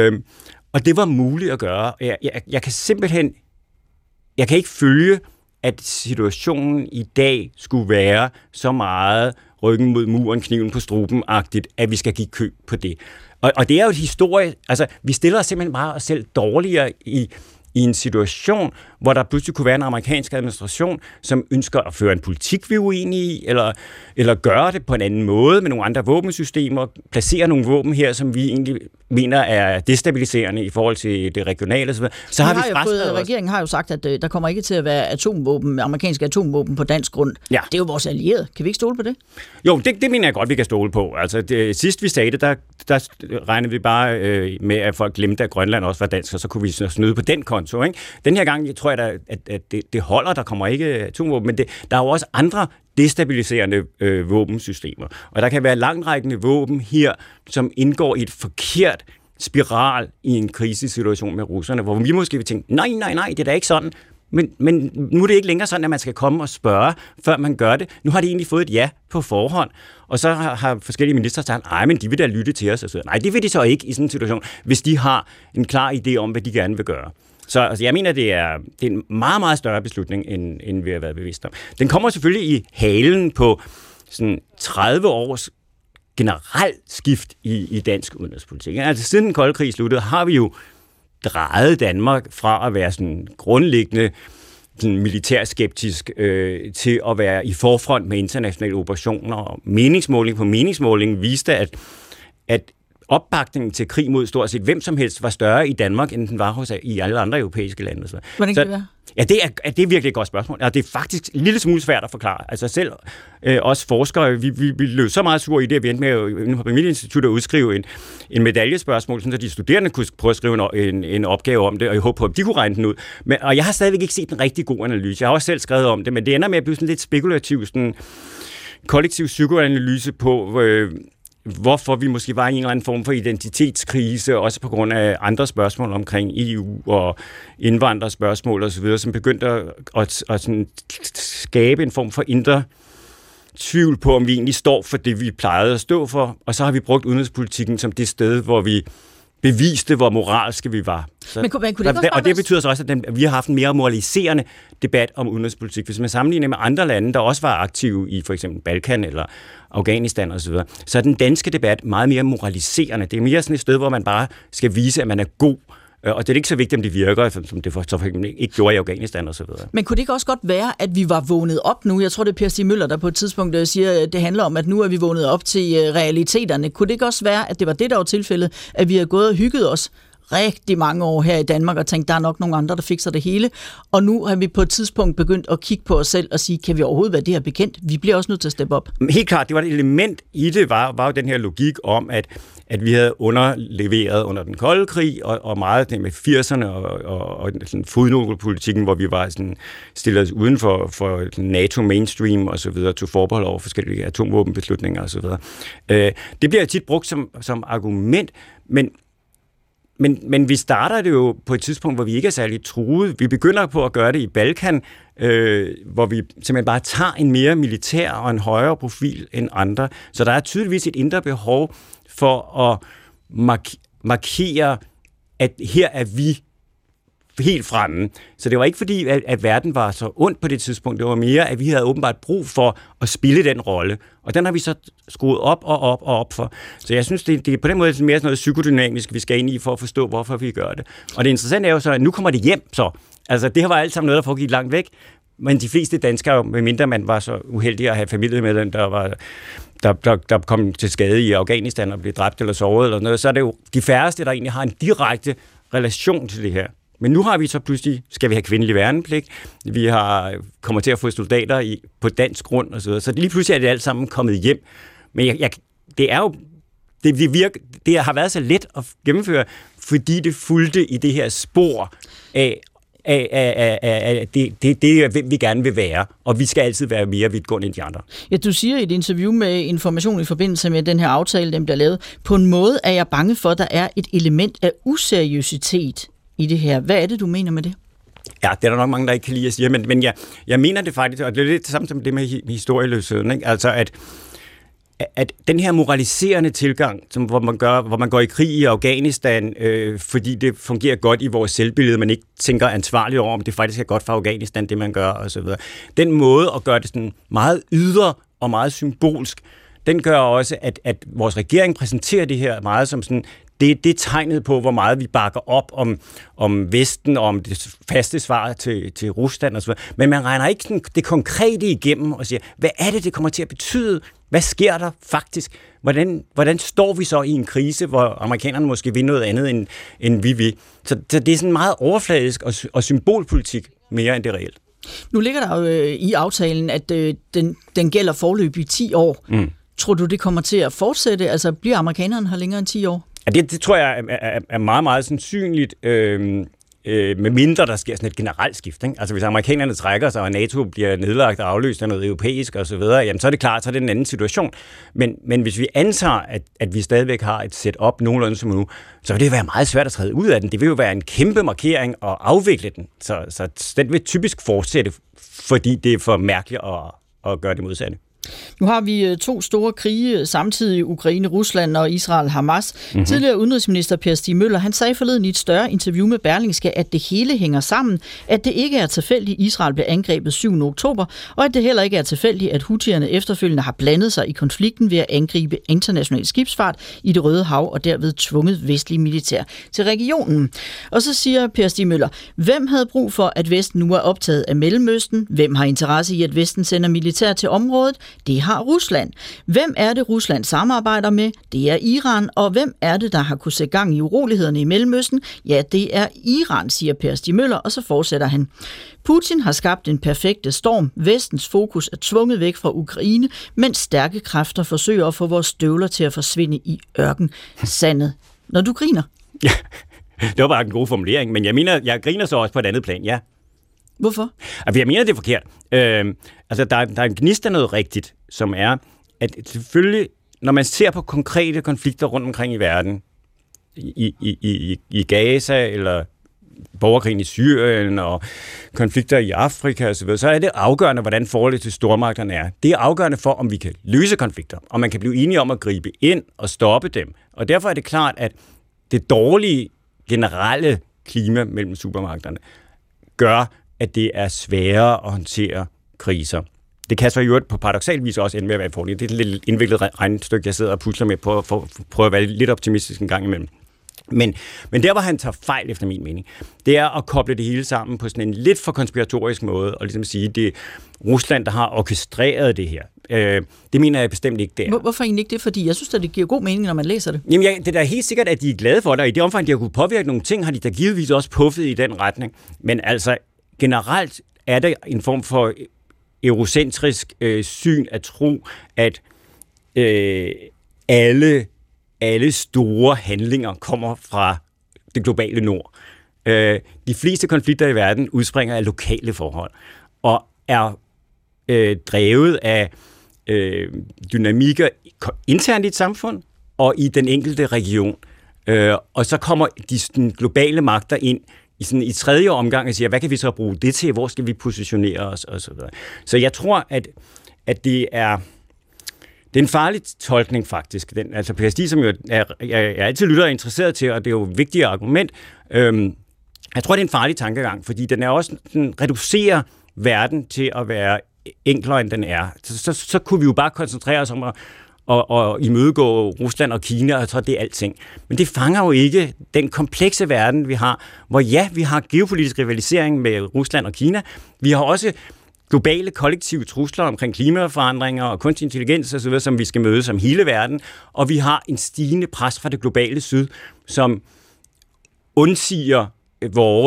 Og det var muligt at gøre. Jeg kan simpelthen... Jeg kan ikke følge, at situationen i dag skulle være så meget ryggen mod muren, kniven på struben-agtigt, at vi skal give køb på det. Og det er jo et historie... Altså, vi stiller os simpelthen bare os selv dårligere i en situation, hvor der pludselig kunne være en amerikansk administration, som ønsker at føre en politik, vi er uenige i, eller gøre det på en anden måde med nogle andre våbensystemer, placere nogle våben her, som vi egentlig mener er destabiliserende i forhold til det regionale. Så har vi regeringen har jo sagt, at der kommer ikke til at være amerikanske atomvåben på dansk grund. Ja. Det er jo vores allierede. Kan vi ikke stole på det? Jo, det mener jeg godt, vi kan stole på. Altså, sidst vi sagde det, der regnede vi bare med, at folk glemte, at Grønland også var dansk, og så kunne vi snyde på den konto. Ikke? Den her gang tror jeg da, at det holder, der kommer ikke atomvåben, men der er jo også andre destabiliserende våbensystemer. Og der kan være langtrækkende våben her, som indgår i et forkert spiral i en krisesituation med russerne, hvor vi måske vil tænke, nej, det er da ikke sådan. Men nu er det ikke længere sådan, at man skal komme og spørge, før man gør det. Nu har de egentlig fået et ja på forhånd, og så har forskellige ministre sagt, men de vil da lytte til os. Og så. Nej, det vil de så ikke i sådan en situation, hvis de har en klar idé om, hvad de gerne vil gøre. Så altså, jeg mener, det er en meget, meget større beslutning, end vi har været bevidst om. Den kommer selvfølgelig i halen på sådan 30 års generelt skift i dansk udenrigspolitik. Altså siden den kolde krig sluttede, har vi jo drejet Danmark fra at være sådan grundlæggende sådan militærskeptisk til at være i forfront med internationale operationer. Og meningsmåling på meningsmåling viste, at opbakningen til krig mod stort set hvem som helst var større i Danmark, end den var i alle andre europæiske lande. Hvordan kan det være? Ja, det er virkelig et godt spørgsmål, og det er faktisk en lille smule svært at forklare. Altså selv os forskere, vi løb så meget sur i det, at vi endte med på mit institut at udskrive en medaljespørgsmål, så de studerende kunne prøve at skrive en opgave om det, og jeg håber på, at de kunne regne den ud. Og jeg har stadigvæk ikke set en rigtig god analyse. Jeg har også selv skrevet om det, men det ender med at blive sådan lidt spekulativ, sådan kollektiv psykoanalyse på... hvorfor vi måske var i en eller anden form for identitetskrise, også på grund af andre spørgsmål omkring EU og indvandrerspørgsmål osv., som begyndte at sådan skabe en form for indre tvivl på, om vi egentlig står for det, vi plejede at stå for, og så har vi brugt udenrigspolitikken som det sted, hvor vi beviste, hvor moralske vi var. Og det betyder så også, at vi har haft en mere moraliserende debat om udenrigspolitik. Hvis man sammenligner med andre lande, der også var aktive i for eksempel Balkan eller Afghanistan osv., så er den danske debat meget mere moraliserende. Det er mere sådan et sted, hvor man bare skal vise, at man er god. Og det er ikke så vigtigt, om det virker, som det for eksempel ikke gjorde i Afghanistan og så videre. Men kunne det ikke også godt være, at vi var vågnet op nu? Jeg tror, det er Per Stig Møller, der på et tidspunkt siger, at det handler om, at nu er vi vågnet op til realiteterne. Kunne det ikke også være, at det var det, der var tilfældet, at vi har gået og hygget os rigtig mange år her i Danmark og tænkt, der er nok nogle andre, der fikser det hele. Og nu har vi på et tidspunkt begyndt at kigge på os selv og sige, kan vi overhovedet være det her bekendt? Vi bliver også nødt til at steppe op. Helt klart, det var et element i det, var jo den her logik om, at vi havde underleveret under den kolde krig, og meget det med 80'erne og sådan fodnotepolitikken, hvor vi var sådan stillet os uden for NATO mainstream og så videre, tog forbehold over forskellige atomvåbenbeslutninger og så videre. Det bliver tit brugt som argument, men vi starter det jo på et tidspunkt, hvor vi ikke er særlig truet. Vi begynder på at gøre det i Balkan, hvor vi simpelthen bare tager en mere militær og en højere profil end andre. Så der er tydeligvis et indre behov for at markere, at her er vi helt fremme. Så det var ikke fordi, at verden var så ondt på det tidspunkt. Det var mere, at vi havde åbenbart brug for at spille den rolle. Og den har vi så skruet op og op og op for. Så jeg synes, det er på den måde mere sådan noget psykodynamisk, vi skal ind i for at forstå, hvorfor vi gør det. Og det interessante er jo så, at nu kommer det hjem så. Altså, det her var alt sammen noget, der foregik langt væk. Men de fleste danskere, medmindre man var så uheldig at have familie med den, der kom til skade i Afghanistan og blev dræbt eller såret eller noget, så er det jo de færreste, der egentlig har en direkte relation til det her. Men nu har vi så pludselig, skal vi have kvindelig værnepligt, vi kommer til at få soldater på dansk grund og så videre. Så lige pludselig er det alt sammen kommet hjem. Men det det har været så let at gennemføre, fordi det fulgte i det her spor af det, vi gerne vil være, og vi skal altid være mere vidtgående end de andre. Ja, du siger i et interview med Information i forbindelse med den her aftale, den bliver lavet, på en måde er jeg bange for, at der er et element af useriøsitet i det her. Hvad er det, du mener med det? Ja, det er der nok mange, der ikke kan lide at sige, men jeg mener det faktisk, og det er lidt det samme som det med historieløsheden, ikke? Altså at den her moraliserende tilgang, hvor man går i krig i Afghanistan, fordi det fungerer godt i vores selvbillede, man ikke tænker ansvarligt over, om det faktisk er godt for Afghanistan, det man gør, og så videre. Den måde at gøre det sådan meget ydre og meget symbolsk, den gør også, at vores regering præsenterer det her meget som sådan, det er tegnet på, hvor meget vi bakker op om Vesten, og om det faste svar til Rusland og så videre. Men man regner ikke sådan det igennem og siger, hvad er det kommer til at betyde? Hvad sker der faktisk? Hvordan står vi så i en krise, hvor amerikanerne måske vil noget andet, end vi vil? Så det er sådan meget overfladisk og symbolpolitik mere end det reelt. Nu ligger der jo i aftalen, at den gælder forløb i 10 år. Mm. Tror du, det kommer til at fortsætte? Altså bliver amerikanerne her længere end 10 år? Ja, det tror jeg er meget, meget sandsynligt, med mindre der sker sådan et generelt skift. Ikke? Altså hvis amerikanerne trækker sig, og NATO bliver nedlagt og afløst af noget europæisk og så videre, jamen så er det klart, så er det en anden situation. Men hvis vi antager, at vi stadigvæk har et setup nogenlunde som nu, så vil det være meget svært at træde ud af den. Det vil jo være en kæmpe markering at afvikle den. Så den vil typisk fortsætte, fordi det er for mærkeligt at gøre det modsatte. Nu har vi 2 store krige samtidig, Ukraine, Rusland og Israel, Hamas. Mm-hmm. Tidligere udenrigsminister Per Stig Møller, han sagde forleden i et større interview med Berlingske, at det hele hænger sammen, at det ikke er tilfældigt, Israel blev angrebet 7. oktober, og at det heller ikke er tilfældigt, at Houthierne efterfølgende har blandet sig i konflikten ved at angribe international skibsfart i Det Røde Hav og derved tvunget vestlig militær til regionen. Og så siger Per Stig Møller, hvem havde brug for, at Vesten nu er optaget af Mellemøsten? Hvem har interesse i, at Vesten sender militær til området? Det har Rusland. Hvem er det, Rusland samarbejder med? Det er Iran. Og hvem er det, der har kunnet sætte gang i urolighederne i Mellemøsten? Ja, det er Iran, siger Per Stig Møller, og så fortsætter han. Putin har skabt en perfekte storm. Vestens fokus er tvunget væk fra Ukraine, mens stærke kræfter forsøger at få vores støvler til at forsvinde i ørkensandet. Når du griner? Ja, det var bare en god formulering, men jeg griner så også på et andet plan, ja. Hvorfor? Altså, jeg mener, det er forkert. Altså, der er en gnist af noget rigtigt, som er, at selvfølgelig, når man ser på konkrete konflikter rundt omkring i verden, i Gaza, eller borgerkrigen i Syrien, og konflikter i Afrika osv., så er det afgørende, hvordan forholdet til stormagterne er. Det er afgørende for, om vi kan løse konflikter, om man kan blive enige om at gribe ind og stoppe dem. Og derfor er det klart, at det dårlige generelle klima mellem supermagterne gør, at det er sværere at håndtere kriser. Det kan så jo på paradoksal vis også ende med at være fordel. Det er et lidt indviklet regnestykke, jeg sidder og pusler med på at prøve at være lidt optimistisk en gang imellem. Men der, hvor han tager fejl, efter min mening, det er at koble det hele sammen på sådan en lidt for konspiratorisk måde, og ligesom sige, det er Rusland, der har orkestreret det her. Det mener jeg bestemt ikke, det er. Hvorfor egentlig ikke det? Fordi jeg synes, at det giver god mening, når man læser det. Jamen, det er da helt sikkert, at de er glade for det, og i det omfang, de har kunnet påvirke nogle ting, har de da givetvis også puffet i den retning. Men altså, generelt er der en form for eurocentrisk syn at tro, at alle store handlinger kommer fra det globale nord. De fleste konflikter i verden udspringer af lokale forhold, og er drevet af dynamikker internt i et samfund og i den enkelte region. Og så kommer de globale magter ind i tredje omgang og siger, hvad kan vi så bruge det til? Hvor skal vi positionere os? Og så videre. Så jeg tror, at det er en farlig tolkning faktisk. Altså Per Stig, som jo er altid lytter og interesseret til, og det er jo et vigtigt argument. Jeg tror, det er en farlig tankegang, fordi den er også reducerer verden til at være enklere, end den er. Så kunne vi jo bare koncentrere os om at imødegå Rusland og Kina, og jeg tror, det er alting. Men det fanger jo ikke den komplekse verden, vi har, hvor ja, vi har geopolitisk rivalisering med Rusland og Kina. Vi har også globale kollektive trusler omkring klimaforandringer og kunstig intelligens osv., som vi skal møde som hele verden. Og vi har en stigende pres fra det globale syd, som undsiger vores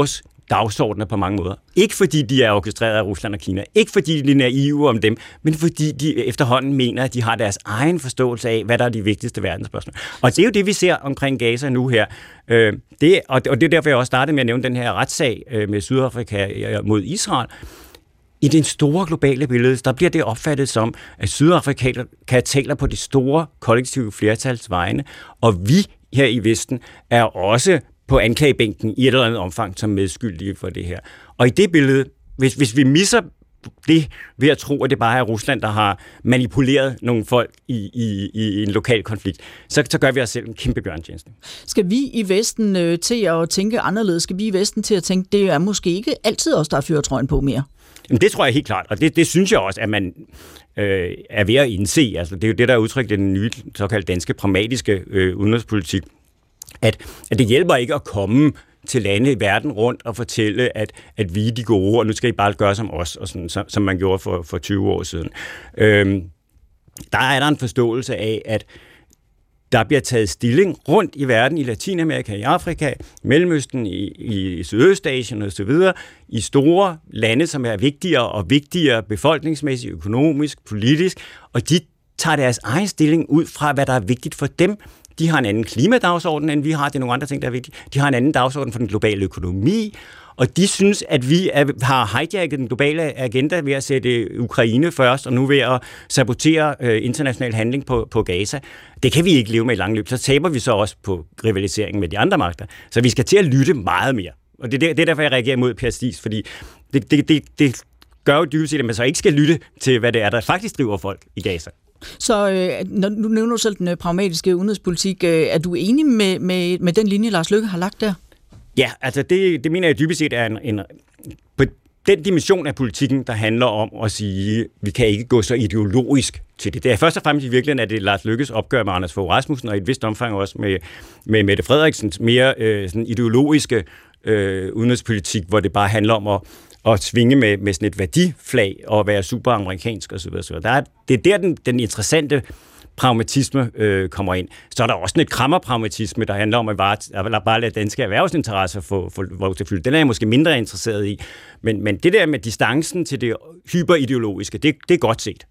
dagsordner på mange måder. Ikke fordi de er orkestreret af Rusland og Kina, ikke fordi de er naive om dem, men fordi de efterhånden mener, at de har deres egen forståelse af, hvad der er de vigtigste verdensspørgsmål. Og det er jo det, vi ser omkring Gaza nu her. Det er derfor, jeg også startede med at nævne den her retssag med Sydafrika mod Israel. I den store globale billede, der bliver det opfattet som, at Sydafrika taler på det store kollektive flertals vegne, og vi her i Vesten er også på anklagebænken i et eller andet omfang som medskyldige for det her. Og i det billede, hvis vi misser det ved at tro, at det bare er Rusland, der har manipuleret nogle folk i en lokal konflikt, så gør vi os selv en kæmpe bjørntjeneste. Skal vi i Vesten til at tænke anderledes? Skal vi i Vesten til at tænke, det er måske ikke altid os, der har førertrøjen på mere? Jamen, det tror jeg helt klart, og det synes jeg også, at man er ved at indse. Altså, det er jo det, der er udtrykt i den nye såkaldt danske pragmatiske udenrigspolitik, at det hjælper ikke at komme til lande i verden rundt og fortælle, at vi er de gode, og nu skal I bare gøre som os, og sådan, som man gjorde for 20 år siden. Der er en forståelse af, at der bliver taget stilling rundt i verden, i Latinamerika, i Afrika, Mellemøsten, i Sydøstasien og så videre, i store lande, som er vigtigere og vigtigere befolkningsmæssigt, økonomisk, politisk, og de tager deres egen stilling ud fra, hvad der er vigtigt for dem. De har en anden klimadagsorden, end vi har. Det er nogle andre ting, der er vigtige. De har en anden dagsorden for den globale økonomi, og de synes, at vi har hijacket den globale agenda ved at sætte Ukraine først, og nu ved at sabotere international handling på Gaza. Det kan vi ikke leve med i lang løb. Så taber vi så også på rivaliseringen med de andre magter. Så vi skal til at lytte meget mere. Og det er derfor, jeg reagerer mod Per Stig, fordi det gør jo dybest set, at man så ikke skal lytte til, hvad det er, der faktisk driver folk i Gaza. Så når du nævner selv den pragmatiske udenrigspolitik, er du enig med den linje, Lars Løkke har lagt der? Ja, altså det mener jeg dybest set er en på den dimension af politikken, der handler om at sige, vi kan ikke gå så ideologisk til det. Det er først og fremmest i virkeligheden, at det er Lars Løkkes opgør med Anders Fogh Rasmussen, og i et vist omfang også med Mette Frederiksens mere sådan ideologiske udenrigspolitik, hvor det bare handler om at svinge med sådan et værdiflag og være super amerikansk osv. Det er der den interessante pragmatisme kommer ind. Så er der også et krammerpragmatisme, der handler om at bare lade danske erhvervsinteresser få lov til at fylde. Den er jeg måske mindre interesseret i. Men det der med distancen til det hyperideologiske, det er godt set.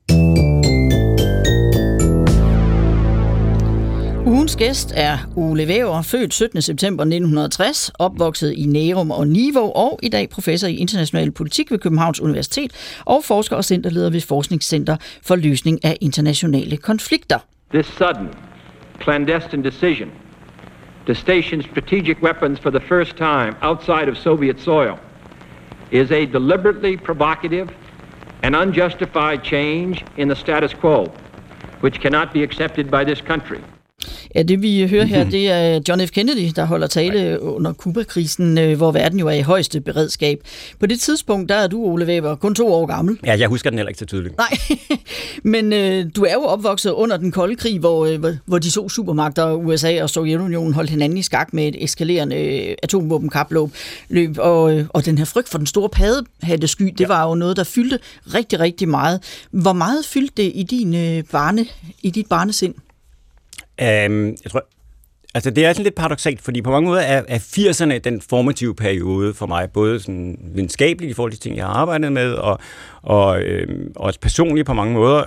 Ugens gæst er Ole Wæver, født 17. september 1960, opvokset i Nærum og Nivå, og i dag professor i international politik ved Københavns Universitet og forsker og centerleder ved Forskningscenter for løsning af internationale konflikter. This sudden, clandestine decision to station strategic weapons for the first time outside of Soviet soil is a deliberately provocative and unjustified change in the status quo, which cannot be accepted by this country. Ja, det vi hører her, det er John F. Kennedy, der holder tale under Kuba-krisen, hvor verden jo er i højeste beredskab. På det tidspunkt, der er du, Ole Wæver, kun 2 år gammel. Ja, jeg husker den heller ikke så tydeligt. Nej, men du er jo opvokset under den kolde krig, hvor de 2 supermagter, USA og Sovjetunionen, holdt hinanden i skak med et eskalerende atomvåbenkapløb, og den her frygt for den store paddehattesky, det var jo noget, der fyldte rigtig, rigtig meget. Hvor meget fyldte det i dit barnesind? Jeg tror, altså det er sådan lidt paradoksalt, fordi på mange måder er 80'erne den formative periode for mig, både sådan videnskabeligt i forhold til ting, jeg har arbejdet med, og også personligt på mange måder.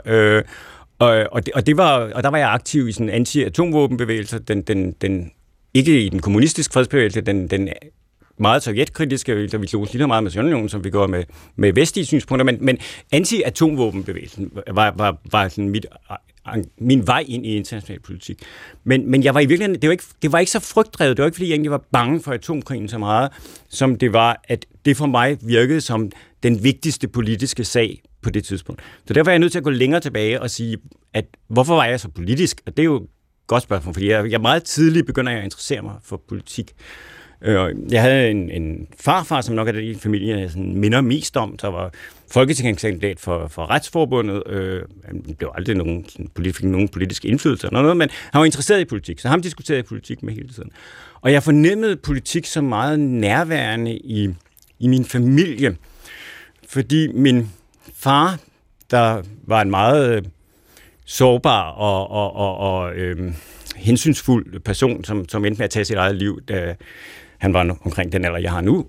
Og der var jeg aktiv i sådan en anti-atomvåbenbevægelse, den ikke i den kommunistiske fredsbevægelse, den meget sovjetkritiske, der vi slog lige meget med Sovjetunionen, som vi går med vestlige synspunkter, men anti-atomvåbenbevægelsen var sådan min vej ind i international politik. Men jeg var i virkeligheden, det var ikke så frygtdrevet, det var ikke fordi jeg egentlig var bange for atomkrigen så meget, som det var, at det for mig virkede som den vigtigste politiske sag på det tidspunkt. Så derfor er jeg nødt til at gå længere tilbage og sige, at hvorfor var jeg så politisk? Og det er jo et godt spørgsmål, fordi jeg meget tidligt begynder at interessere mig for politik. Jeg havde en farfar, som nok er det i familien, jeg minder mest om, der var folketingskandidat for Retsforbundet. Han blev aldrig nogen politisk indflydelse eller noget, men han var interesseret i politik, så ham diskuterede jeg politik med hele tiden. Og jeg fornemmede politik som meget nærværende i min familie, fordi min far, der var en meget sårbar og hensynsfuld person, som endte med at tage sit eget liv, han var omkring den alder, jeg har nu.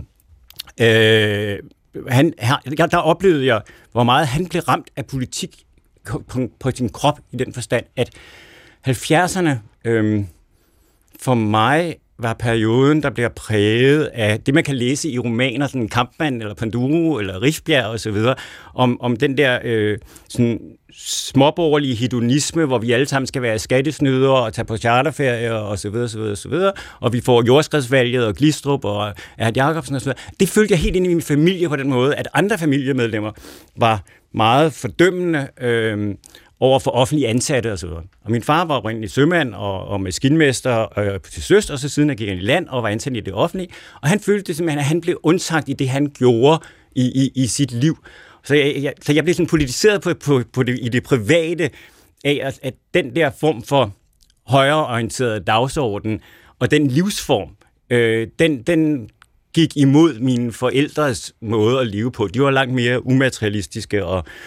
Der oplevede jeg, hvor meget han blev ramt af politik på sin krop i den forstand, at 70'erne for mig var perioden, der bliver præget af det, man kan læse i romaner, sådan Kampmann eller Panduro eller Rifbjerg og så videre, om den der sådan småborgerlige hedonisme, hvor vi alle sammen skal være skattesnydere og tage på charterferier og så videre, så videre, så videre, og vi får Jordskredsvalget og Glistrup og Erhard Jacobsen og så videre. Det følte jeg helt ind i min familie på den måde, at andre familiemedlemmer var meget fordømmende over for offentlige ansatte og så videre. Og min far var oprindelig sømand og maskinmester til søst, og så siden gik han i land og var ansat i det offentlige. Og han følte det simpelthen, at han blev undsagt i det, han gjorde i sit liv. Så jeg blev sådan politiseret på det, i det private af, at den der form for højreorienteret dagsorden og den livsform, den gik imod mine forældres måde at leve på. De var langt mere umaterialistiske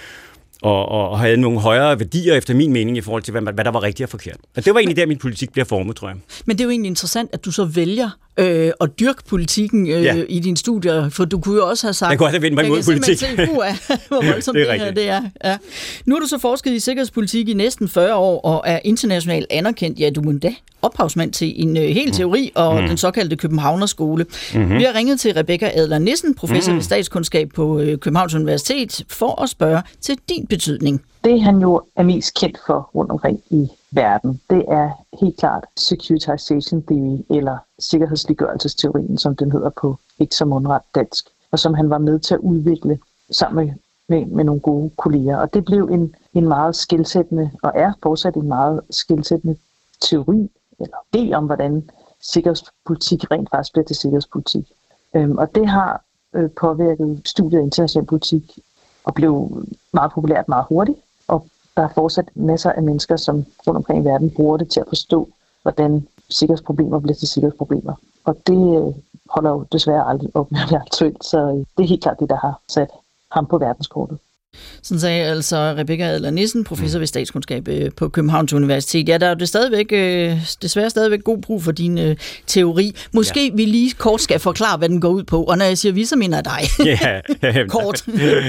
og havde nogle højere værdier, efter min mening, i forhold til, hvad der var rigtigt og forkert. Og det var egentlig der, min politik bliver formet, tror jeg. Men det er jo egentlig interessant, at du så vælger at dyrke politikken i dine studier, for du kunne jo også have sagt... Jeg kunne også have vendt mig imod politik. Hvor voldsomt det her det er. Ja. Nu har du så forsket i sikkerhedspolitik i næsten 40 år, og er internationalt anerkendt. Ja, du er endda ophavsmand til en hel teori og den såkaldte Københavnerskole. Vi har ringet til Rebecca Adler Nissen, professor i statskundskab på Københavns Universitet, for at spørge til din betydning. Det han jo er mest kendt for rundt omkring i verden, det er helt klart securitization theory, eller sikkerhedsliggørelsesteorien, som den hedder på ikke så mundret dansk, og som han var med til at udvikle sammen med nogle gode kolleger. Og det blev en meget skelsættende, og er fortsat en meget skelsættende teori, eller idé om, hvordan sikkerhedspolitik rent faktisk bliver til sikkerhedspolitik. Og det har påvirket studiet af international politik, og blev meget populært meget hurtigt. Og der er fortsat masser af mennesker, som rundt omkring i verden bruger det til at forstå, hvordan sikkerhedsproblemer bliver til sikkerhedsproblemer. Og det holder jo desværre aldrig op med at være aktuelt, så det er helt klart det, der har sat ham på verdenskortet. Sådan sagde altså Rebecca Adler Nissen, professor ved statskundskab på Københavns Universitet. Ja, der er jo desværre stadigvæk god brug for din teori. Måske vi lige kort skal forklare, hvad den går ud på. Og når jeg siger vi, så mener jeg dig. Kort.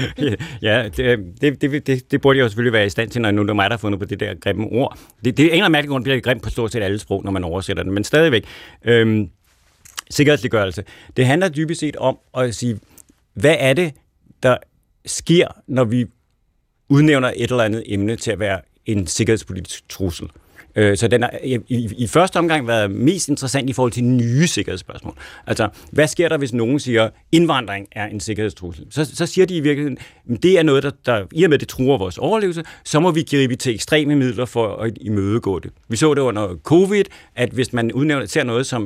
Ja, det burde jeg jo selvfølgelig være i stand til, når nu er mig, der har fundet på det der grimme ord. Det er en af mærkelige grund, bliver det grimt på stort set alle sprog, når man oversætter den. Men stadigvæk, sikkerhedsliggørelse. Det handler dybest set om at sige, hvad er det, der sker, når vi udnævner et eller andet emne til at være en sikkerhedspolitisk trussel. Så den har i første omgang været mest interessant i forhold til nye sikkerhedsspørgsmål. Altså, hvad sker der, hvis nogen siger, indvandring er en sikkerhedstrussel? Så siger de i virkeligheden, at det er noget, der i og med det truer vores overlevelse, så må vi gribe til ekstreme midler for at imødegå det. Vi så det under covid, at hvis man ser noget som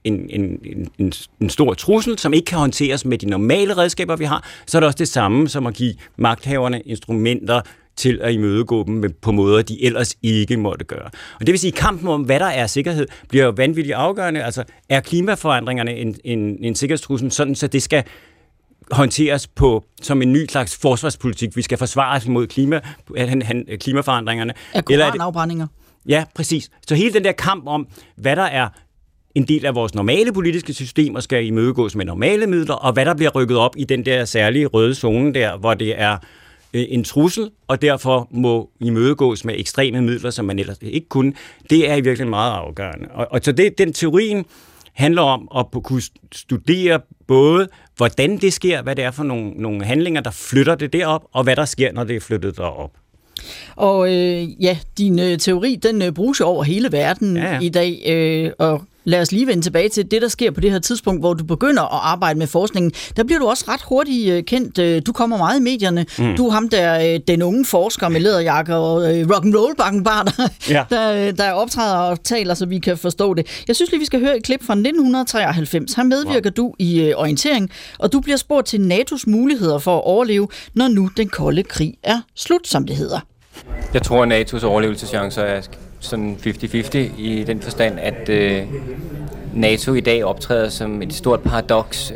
en stor trussel, som ikke kan håndteres med de normale redskaber, vi har, så er det også det samme som at give magthaverne instrumenter til at imødegå dem på måder, de ellers ikke måtte gøre. Og det vil sige, at kampen om, hvad der er sikkerhed, bliver jo vanvittigt afgørende. Altså, er klimaforandringerne en sikkerhedstrussel, sådan så det skal håndteres som en ny slags forsvarspolitik. Vi skal forsvare os mod klimaforandringerne. Er koranafbrændinger? Ja, præcis. Så hele den der kamp om, hvad der er en del af vores normale politiske system og skal imødegås med normale midler, og hvad der bliver rykket op i den der særlige røde zone der, hvor det er en trussel, og derfor må imødegås med ekstreme midler, som man ellers ikke kunne, det er i virkeligheden meget afgørende. Og så den teorien handler om at kunne studere både, hvordan det sker, hvad det er for nogle handlinger, der flytter det derop, og hvad der sker, når det er flyttet derop. Og din teori, den bruges over hele verden i dag, og lad os lige vende tilbage til det, der sker på det her tidspunkt, hvor du begynder at arbejde med forskningen. Der bliver du også ret hurtigt kendt. Du kommer meget i medierne. Du er ham der, den unge forsker med læderjakker og rock'n'roll bakkenbarter, der optræder og taler, så vi kan forstå det. Jeg synes lige, vi skal høre et klip fra 1993. Her medvirker du i Orientering, og du bliver spurgt til NATO's muligheder for at overleve, når nu den kolde krig er slut, som det hedder. Jeg tror, at NATO's overlevelseschancer er sådan 50-50 i den forstand, at NATO i dag optræder som et stort paradoks.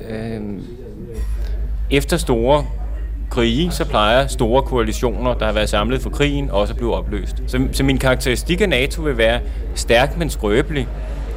Efter store krige, så plejer store koalitioner, der har været samlet for krigen, også at blive opløst. Så min karakteristik af NATO vil være stærk, men skrøbelig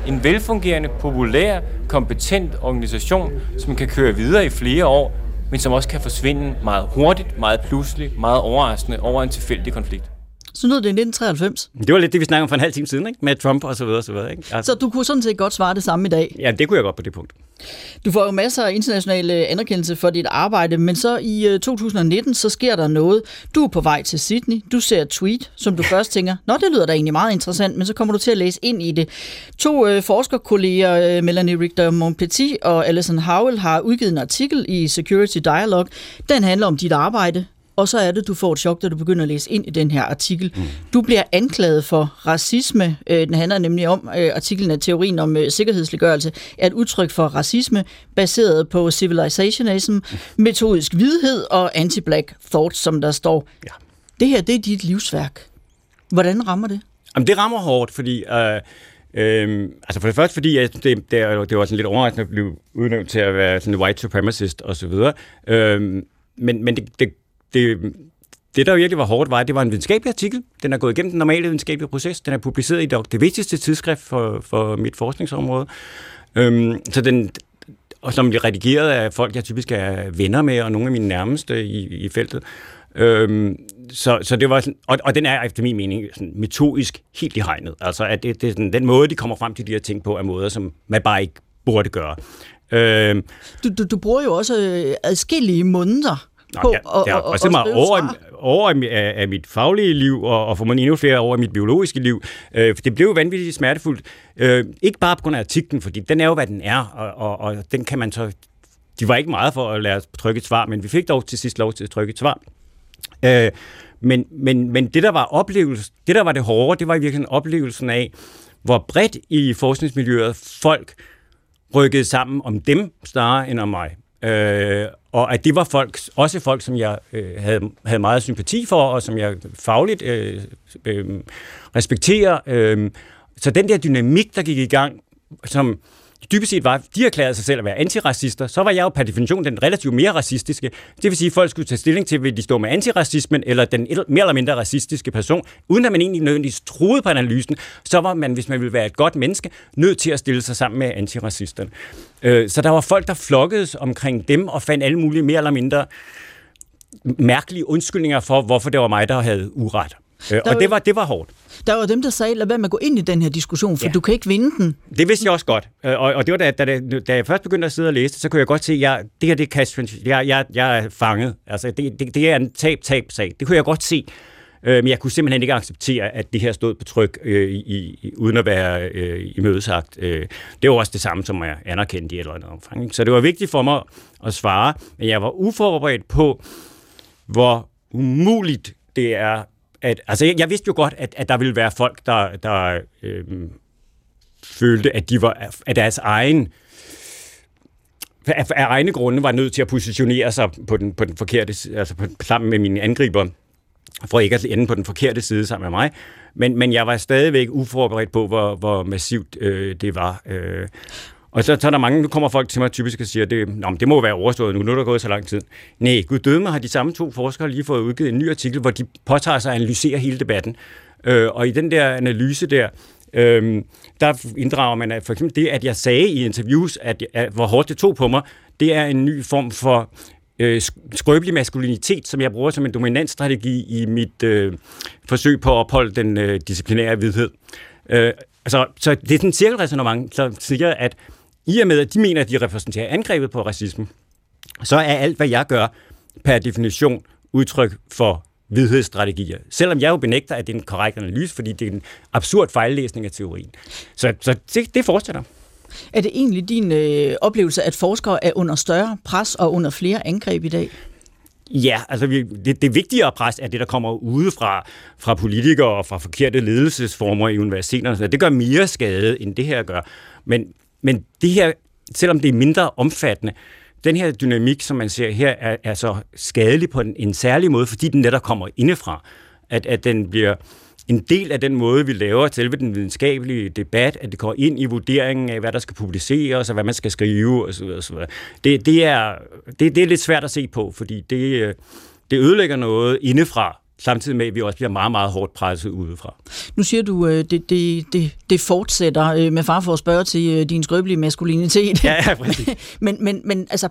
en velfungerende, populær, kompetent organisation, som kan køre videre i flere år, men som også kan forsvinde meget hurtigt, meget pludseligt, meget overraskende over en tilfældig konflikt. Så nød det i 1993. Det var lidt det, vi snakkede om for en halv time siden, ikke? Med Trump og så videre, så videre. Ikke? Altså. Så du kunne sådan set godt svare det samme i dag? Ja, det kunne jeg godt på det punkt. Du får jo masser af international anerkendelse for dit arbejde, men så i 2019, så sker der noget. Du er på vej til Sydney, du ser et tweet, som du først tænker, nå, det lyder da egentlig meget interessant, men så kommer du til at læse ind i det. 2 forskerkolleger, Melanie Richter-Montpetit og Alison Howell, har udgivet en artikel i Security Dialogue. Den handler om dit arbejde. Og så er det, du får et chok, da du begynder at læse ind i den her artikel. Du bliver anklaget for racisme. Den handler nemlig om, artiklen af teorien om sikkerhedsliggørelse, er et udtryk for racisme, baseret på civilizationism, metodisk hvidhed og anti-black thoughts, som der står. Ja. Det her, det er dit livsværk. Hvordan rammer det? Jamen, det rammer hårdt, fordi... altså for det første, fordi det var sådan lidt overraskende at blive udnævnt til at være sådan en white supremacist og så videre. Men det, der virkelig var hårdt, var, at det var en videnskabelig artikel. Den er gået igennem den normale videnskabelige proces. Den er publiceret i det vigtigste tidsskrift for mit forskningsområde. Så den, og som bliver redigeret af folk, jeg typisk er venner med, og nogle af mine nærmeste i feltet. Så det var sådan, og den er efter min mening sådan metodisk helt i hegnet. Altså, at det er sådan, den måde, de kommer frem til de her ting på, er måder, som man bare ikke burde gøre. Du bruger jo også adskillige måneder på det har også mig over af mit faglige liv, og formodentlig endnu flere over af mit biologiske liv. Det blev jo vanvittigt smertefuldt. Ikke bare på grund af artiklen, fordi den er jo, hvad den er, og den kan man så... De var ikke meget for at lade os trykke et svar, men vi fik dog til sidst lov til at trykke et svar. Men det, der var oplevelse, det, der var det hårde, det var i virkeligheden oplevelsen af, hvor bredt i forskningsmiljøet folk rykkede sammen om dem, snarere end om mig. Og at det var også folk, som jeg havde meget sympati for, og som jeg fagligt respekterer. Så den der dynamik, der gik i gang, som dybest set var, de erklærede sig selv at være antiracister, så var jeg jo per definition den relativt mere racistiske. Det vil sige, at folk skulle tage stilling til, vil de stå med antiracismen, eller den mere eller mindre racistiske person, uden at man egentlig nødvendigvis troede på analysen, så var man, hvis man ville være et godt menneske, nødt til at stille sig sammen med antiracisterne. Så der var folk, der flokkedes omkring dem, og fandt alle mulige mere eller mindre mærkelige undskyldninger for, hvorfor det var mig, der havde uret. Og det var hårdt. Der var dem, der sagde, lad være med at gå ind i den her diskussion, for du kan ikke vinde den. Det vidste jeg også godt. Og det var da jeg først begyndte at sidde og læse det, så kunne jeg godt se, at det her det er jeg er fanget. Altså, det er en tab-sag. Det kunne jeg godt se. Men jeg kunne simpelthen ikke acceptere, at det her stod på tryk, uden at være imødesagt. Det var også det samme, som jeg anerkendte i et eller andet omfang. Så det var vigtigt for mig at svare, men jeg var uforberedt på, hvor umuligt det er. Altså, jeg vidste jo godt, at der ville være folk, der følte, at de var af deres egen af egne grunde var nødt til at positionere sig på den forkerte, altså sammen med mine angriber, for ikke at ende på den forkerte side sammen med mig. Men jeg var stadigvæk uforberedt på, hvor massivt det var. Og så er der mange, nu kommer folk til mig typisk og siger, det må være overstået nu er der gået så lang tid. Nej, gud døde har de samme 2 forskere lige fået udgivet en ny artikel, hvor de påtager sig at analysere hele debatten. Og i den der analyse der inddrager man for eksempel det, at jeg sagde i interviews, at hvor hårdt det tog på mig, det er en ny form for skrøbelig maskulinitet, som jeg bruger som en dominant strategi i mit forsøg på at opholde den disciplinære hvidhed. Så det er sådan en cirkelræsonnement, som siger, at i og med, at de mener, at de repræsenterer angrebet på racisme, så er alt, hvad jeg gør, per definition udtryk for hvidhedsstrategier. Selvom jeg jo benægter, at det er en korrekt analyse, fordi det er en absurd fejllæsning af teorien. Så det fortsætter. Er det egentlig din oplevelse, at forskere er under større pres og under flere angreb i dag? Ja, altså det vigtigere pres er det, der kommer udefra fra politikere og fra forkerte ledelsesformer i universiteterne. Det gør mere skade, end det her gør. Men det her, selvom det er mindre omfattende, den her dynamik, som man ser her, er så skadelig på en særlig måde, fordi den netop kommer indefra. At den bliver en del af den måde, vi laver selve den videnskabelige debat, at det går ind i vurderingen af, hvad der skal publiceres, og hvad man skal skrive, osv. Det er lidt svært at se på, fordi det ødelægger noget indefra, samtidig med, at vi også bliver meget, meget hårdt presset udefra. Nu siger du, det fortsætter med far for at spørge til din skrøbelige maskulinitet. Ja, præcis. men altså,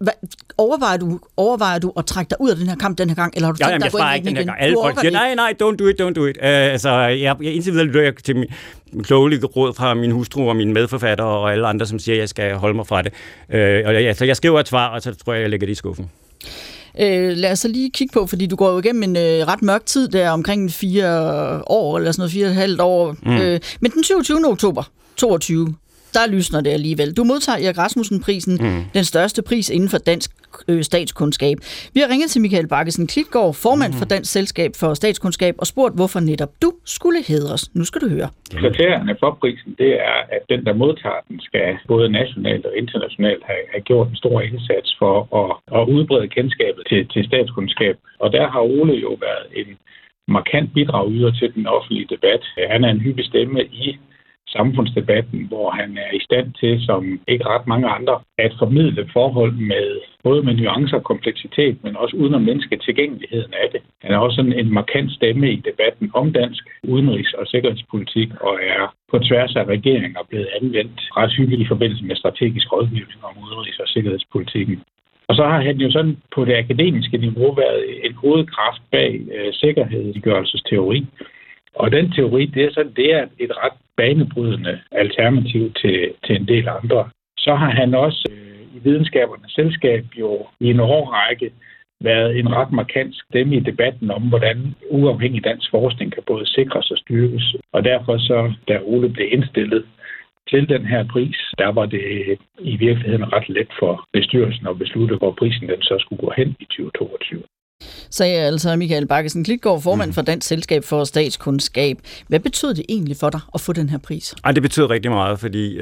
overvejer du at trække dig ud af den her kamp den her gang, eller har du tænkt dig at gå ind i den igen? Alle folk siger, nej, don't do it. Jeg indtil videre lytter jeg til min klogelige råd fra min hustru og mine medforfattere og alle andre, som siger, at jeg skal holde mig fra det. Så jeg skriver et svar, og så tror jeg lægger det i skuffen. Lad os så lige kigge på, fordi du går jo igennem en ret mørk tid der, omkring 4 år, eller sådan noget, 4,5 år. Men den 27. oktober 22, der lysner det alligevel. Du modtager Erik Rasmussen-prisen, den største pris inden for dansk statskundskab. Vi har ringet til Michael Bakkesen Klitgaard, formand for Dansk Selskab for Statskundskab, og spurgt, hvorfor netop du skulle hædres. Nu skal du høre. Kriterierne for prisen, det er, at den, der modtager den, skal både nationalt og internationalt have gjort en stor indsats for at udbrede kendskabet til statskundskab. Og der har Ole jo været en markant bidragyder til den offentlige debat. Han er en hyppig stemme i samfundsdebatten, hvor han er i stand til, som ikke ret mange andre, at formidle forhold med både med nuancer og kompleksitet, men også uden at mindske tilgængeligheden af det. Han er også en markant stemme i debatten om dansk udenrigs- og sikkerhedspolitik, og er på tværs af regeringer blevet anvendt ret hyppigt i forbindelse med strategisk rådgivning om udenrigs- og sikkerhedspolitikken. Og så har han jo sådan på det akademiske niveau været en hovedkraft bag sikkerhedsgørelsesteori. Og den teori, det er et ret banebrydende alternativ til en del andre. Så har han også i Videnskabernes Selskab jo i en årrække været en ret markant stemme i debatten om, hvordan uafhængig dansk forskning kan både sikres og styrkes. Og derfor så, da Ole blev indstillet til den her pris, der var det i virkeligheden ret let for bestyrelsen at beslutte, hvor prisen den så skulle gå hen i 2022. Sagde altså Michael Bakkesen Klitgaard, formand for Dansk Selskab for Statskundskab. Hvad betød det egentlig for dig at få den her pris? Det betød rigtig meget, fordi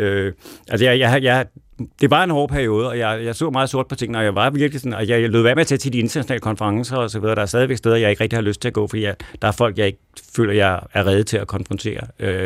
det var en hård periode, og jeg så meget sort på tingene, og jeg var virkelig sådan, og jeg lød være med at tage til de internationale konferencer og så videre. Der er stadigvæk steder, jeg ikke rigtig har lyst til at gå, fordi der er folk, jeg ikke føler, jeg er rede til at konfrontere.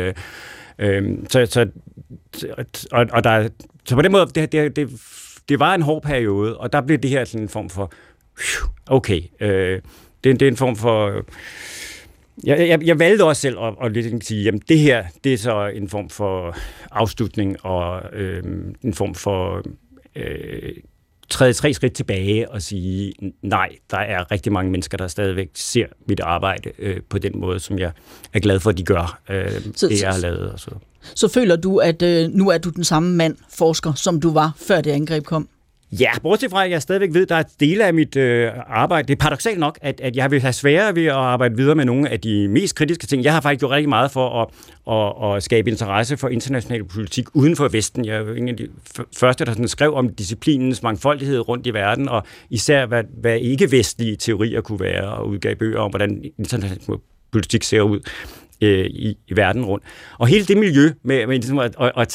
Så på den måde, det var en hård periode, og der blev det her sådan en form for okay, det er en form for... Jeg valgte også selv at lidt sige, jamen det her, det er så en form for afslutning og en form for træde 3 skridt tilbage og sige, nej, der er rigtig mange mennesker, der stadigvæk ser mit arbejde på den måde, som jeg er glad for, at de gør det, jeg har lavet. Og så føler du, at nu er du den samme mand, forsker, som du var, før det angreb kom? Ja, bortset fra, at jeg stadigvæk ved, at der er dele af mit arbejde. Det er paradoksalt nok, at jeg vil have sværere ved at arbejde videre med nogle af de mest kritiske ting. Jeg har faktisk gjort rigtig meget for at skabe interesse for international politik uden for Vesten. Jeg er en af de første, der sådan skrev om disciplinens mangfoldighed rundt i verden, og især hvad ikke-vestlige teorier kunne være, og udgav bøger om, hvordan international politik ser ud i verden rundt. Og hele det miljø med ligesom at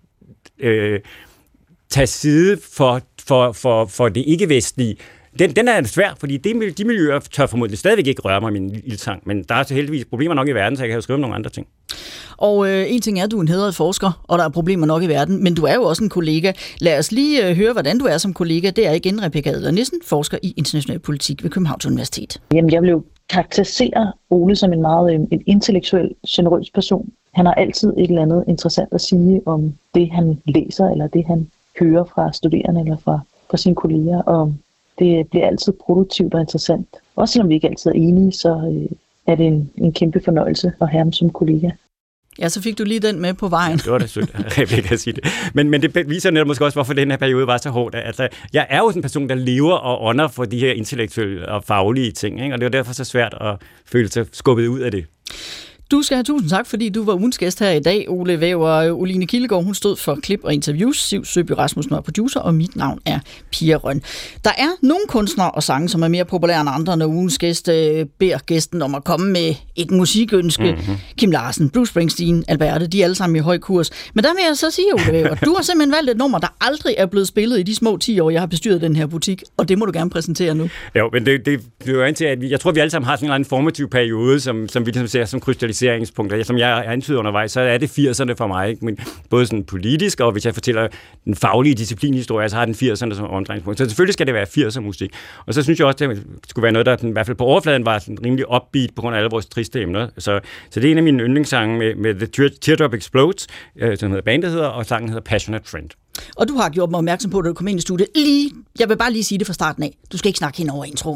tage side for det ikke-vestlige, den er svær, fordi de miljøer tør formodentlig stadigvæk ikke røre mig i min ildtang, men der er så heldigvis problemer nok i verden, så jeg kan jo skrive om nogle andre ting. Og en ting er, at du er en hædret forsker, og der er problemer nok i verden, men du er jo også en kollega. Lad os lige høre, hvordan du er som kollega. Det er igen Rebecca Adler-Nissen, forsker i international politik ved Københavns Universitet. Jamen, jeg vil jo karakterisere Ole som en meget en intellektuel, generøs person. Han har altid et eller andet interessant at sige om det, han læser, eller det, han hører fra studerende eller fra sine kolleger, og det bliver altid produktivt og interessant. Også selvom vi ikke altid er enige, så er det en kæmpe fornøjelse at have ham som kollega. Ja, så fik du lige den med på vejen. Ja, det var da sødt, jeg kan sige det. Men det viser netop måske også, hvorfor den her periode var så hård. Altså, jeg er jo sådan en person, der lever og ånder for de her intellektuelle og faglige ting, ikke? Og det var derfor så svært at føle sig skubbet ud af det. Du skal have tusind tak, fordi du var ugens gæst her i dag. Ole Væver Oline Kildegård, hun stod for klip og interviews. Siv Søby Rasmussen er producer, og mit navn er Pia Røn. Der er nogle kunstnere og sange, som er mere populære end andre, når ugens gæst beder gæsten om at komme med et musikønske. Mm-hmm. Kim Larsen, Bruce Springsteen, Alberte, de er alle sammen i høj kurs. Men der vil jeg så sige, Ole Væver, du har simpelthen valgt et nummer, der aldrig er blevet spillet i de små 10 år, jeg har bestyret den her butik, og det må du gerne præsentere nu. Jo, men det er jo ind til, at jeg tror, vi alle sammen har sådan en eller anden formativ periode, som vi ligesom ser som krystalliserer fixeringspunkter. Som jeg antyder undervejs, så er det 80'erne for mig. Ikke? Men både sådan politisk, og hvis jeg fortæller den faglige disciplinhistorie, så har den 80'erne som omdrejningspunkt. Så selvfølgelig skal det være 80'er musik. Og så synes jeg også, det skulle være noget, der i hvert fald på overfladen var sådan rimelig upbeat på grund af alle vores triste emner. Så det er en af mine yndlingssange med The Teardrop Explodes, som hedder bandet hedder, og sangen hedder Passionate Friend. Og du har gjort mig opmærksom på, at du kom ind i studiet. Jeg vil bare lige sige det fra starten af. Du skal ikke snakke hen over introen.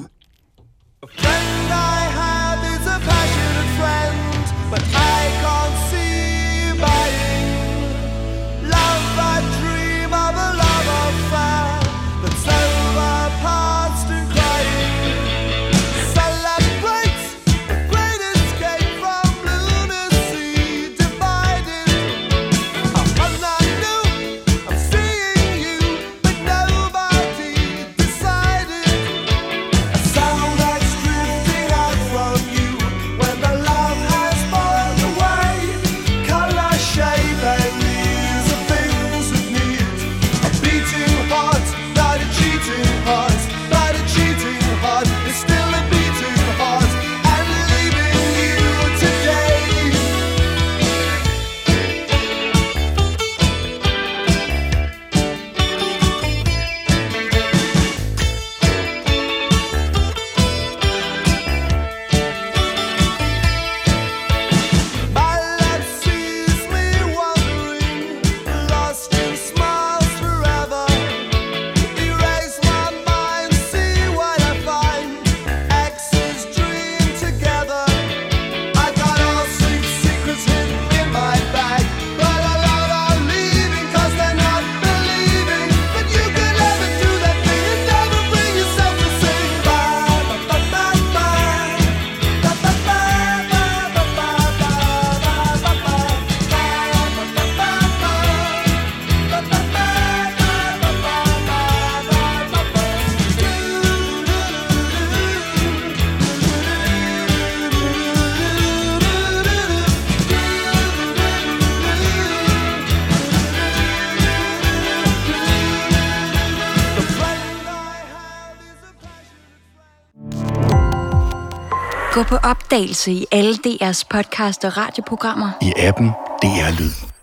Gå på opdagelse i alle DR's podcast og radioprogrammer. I appen DR Lyd.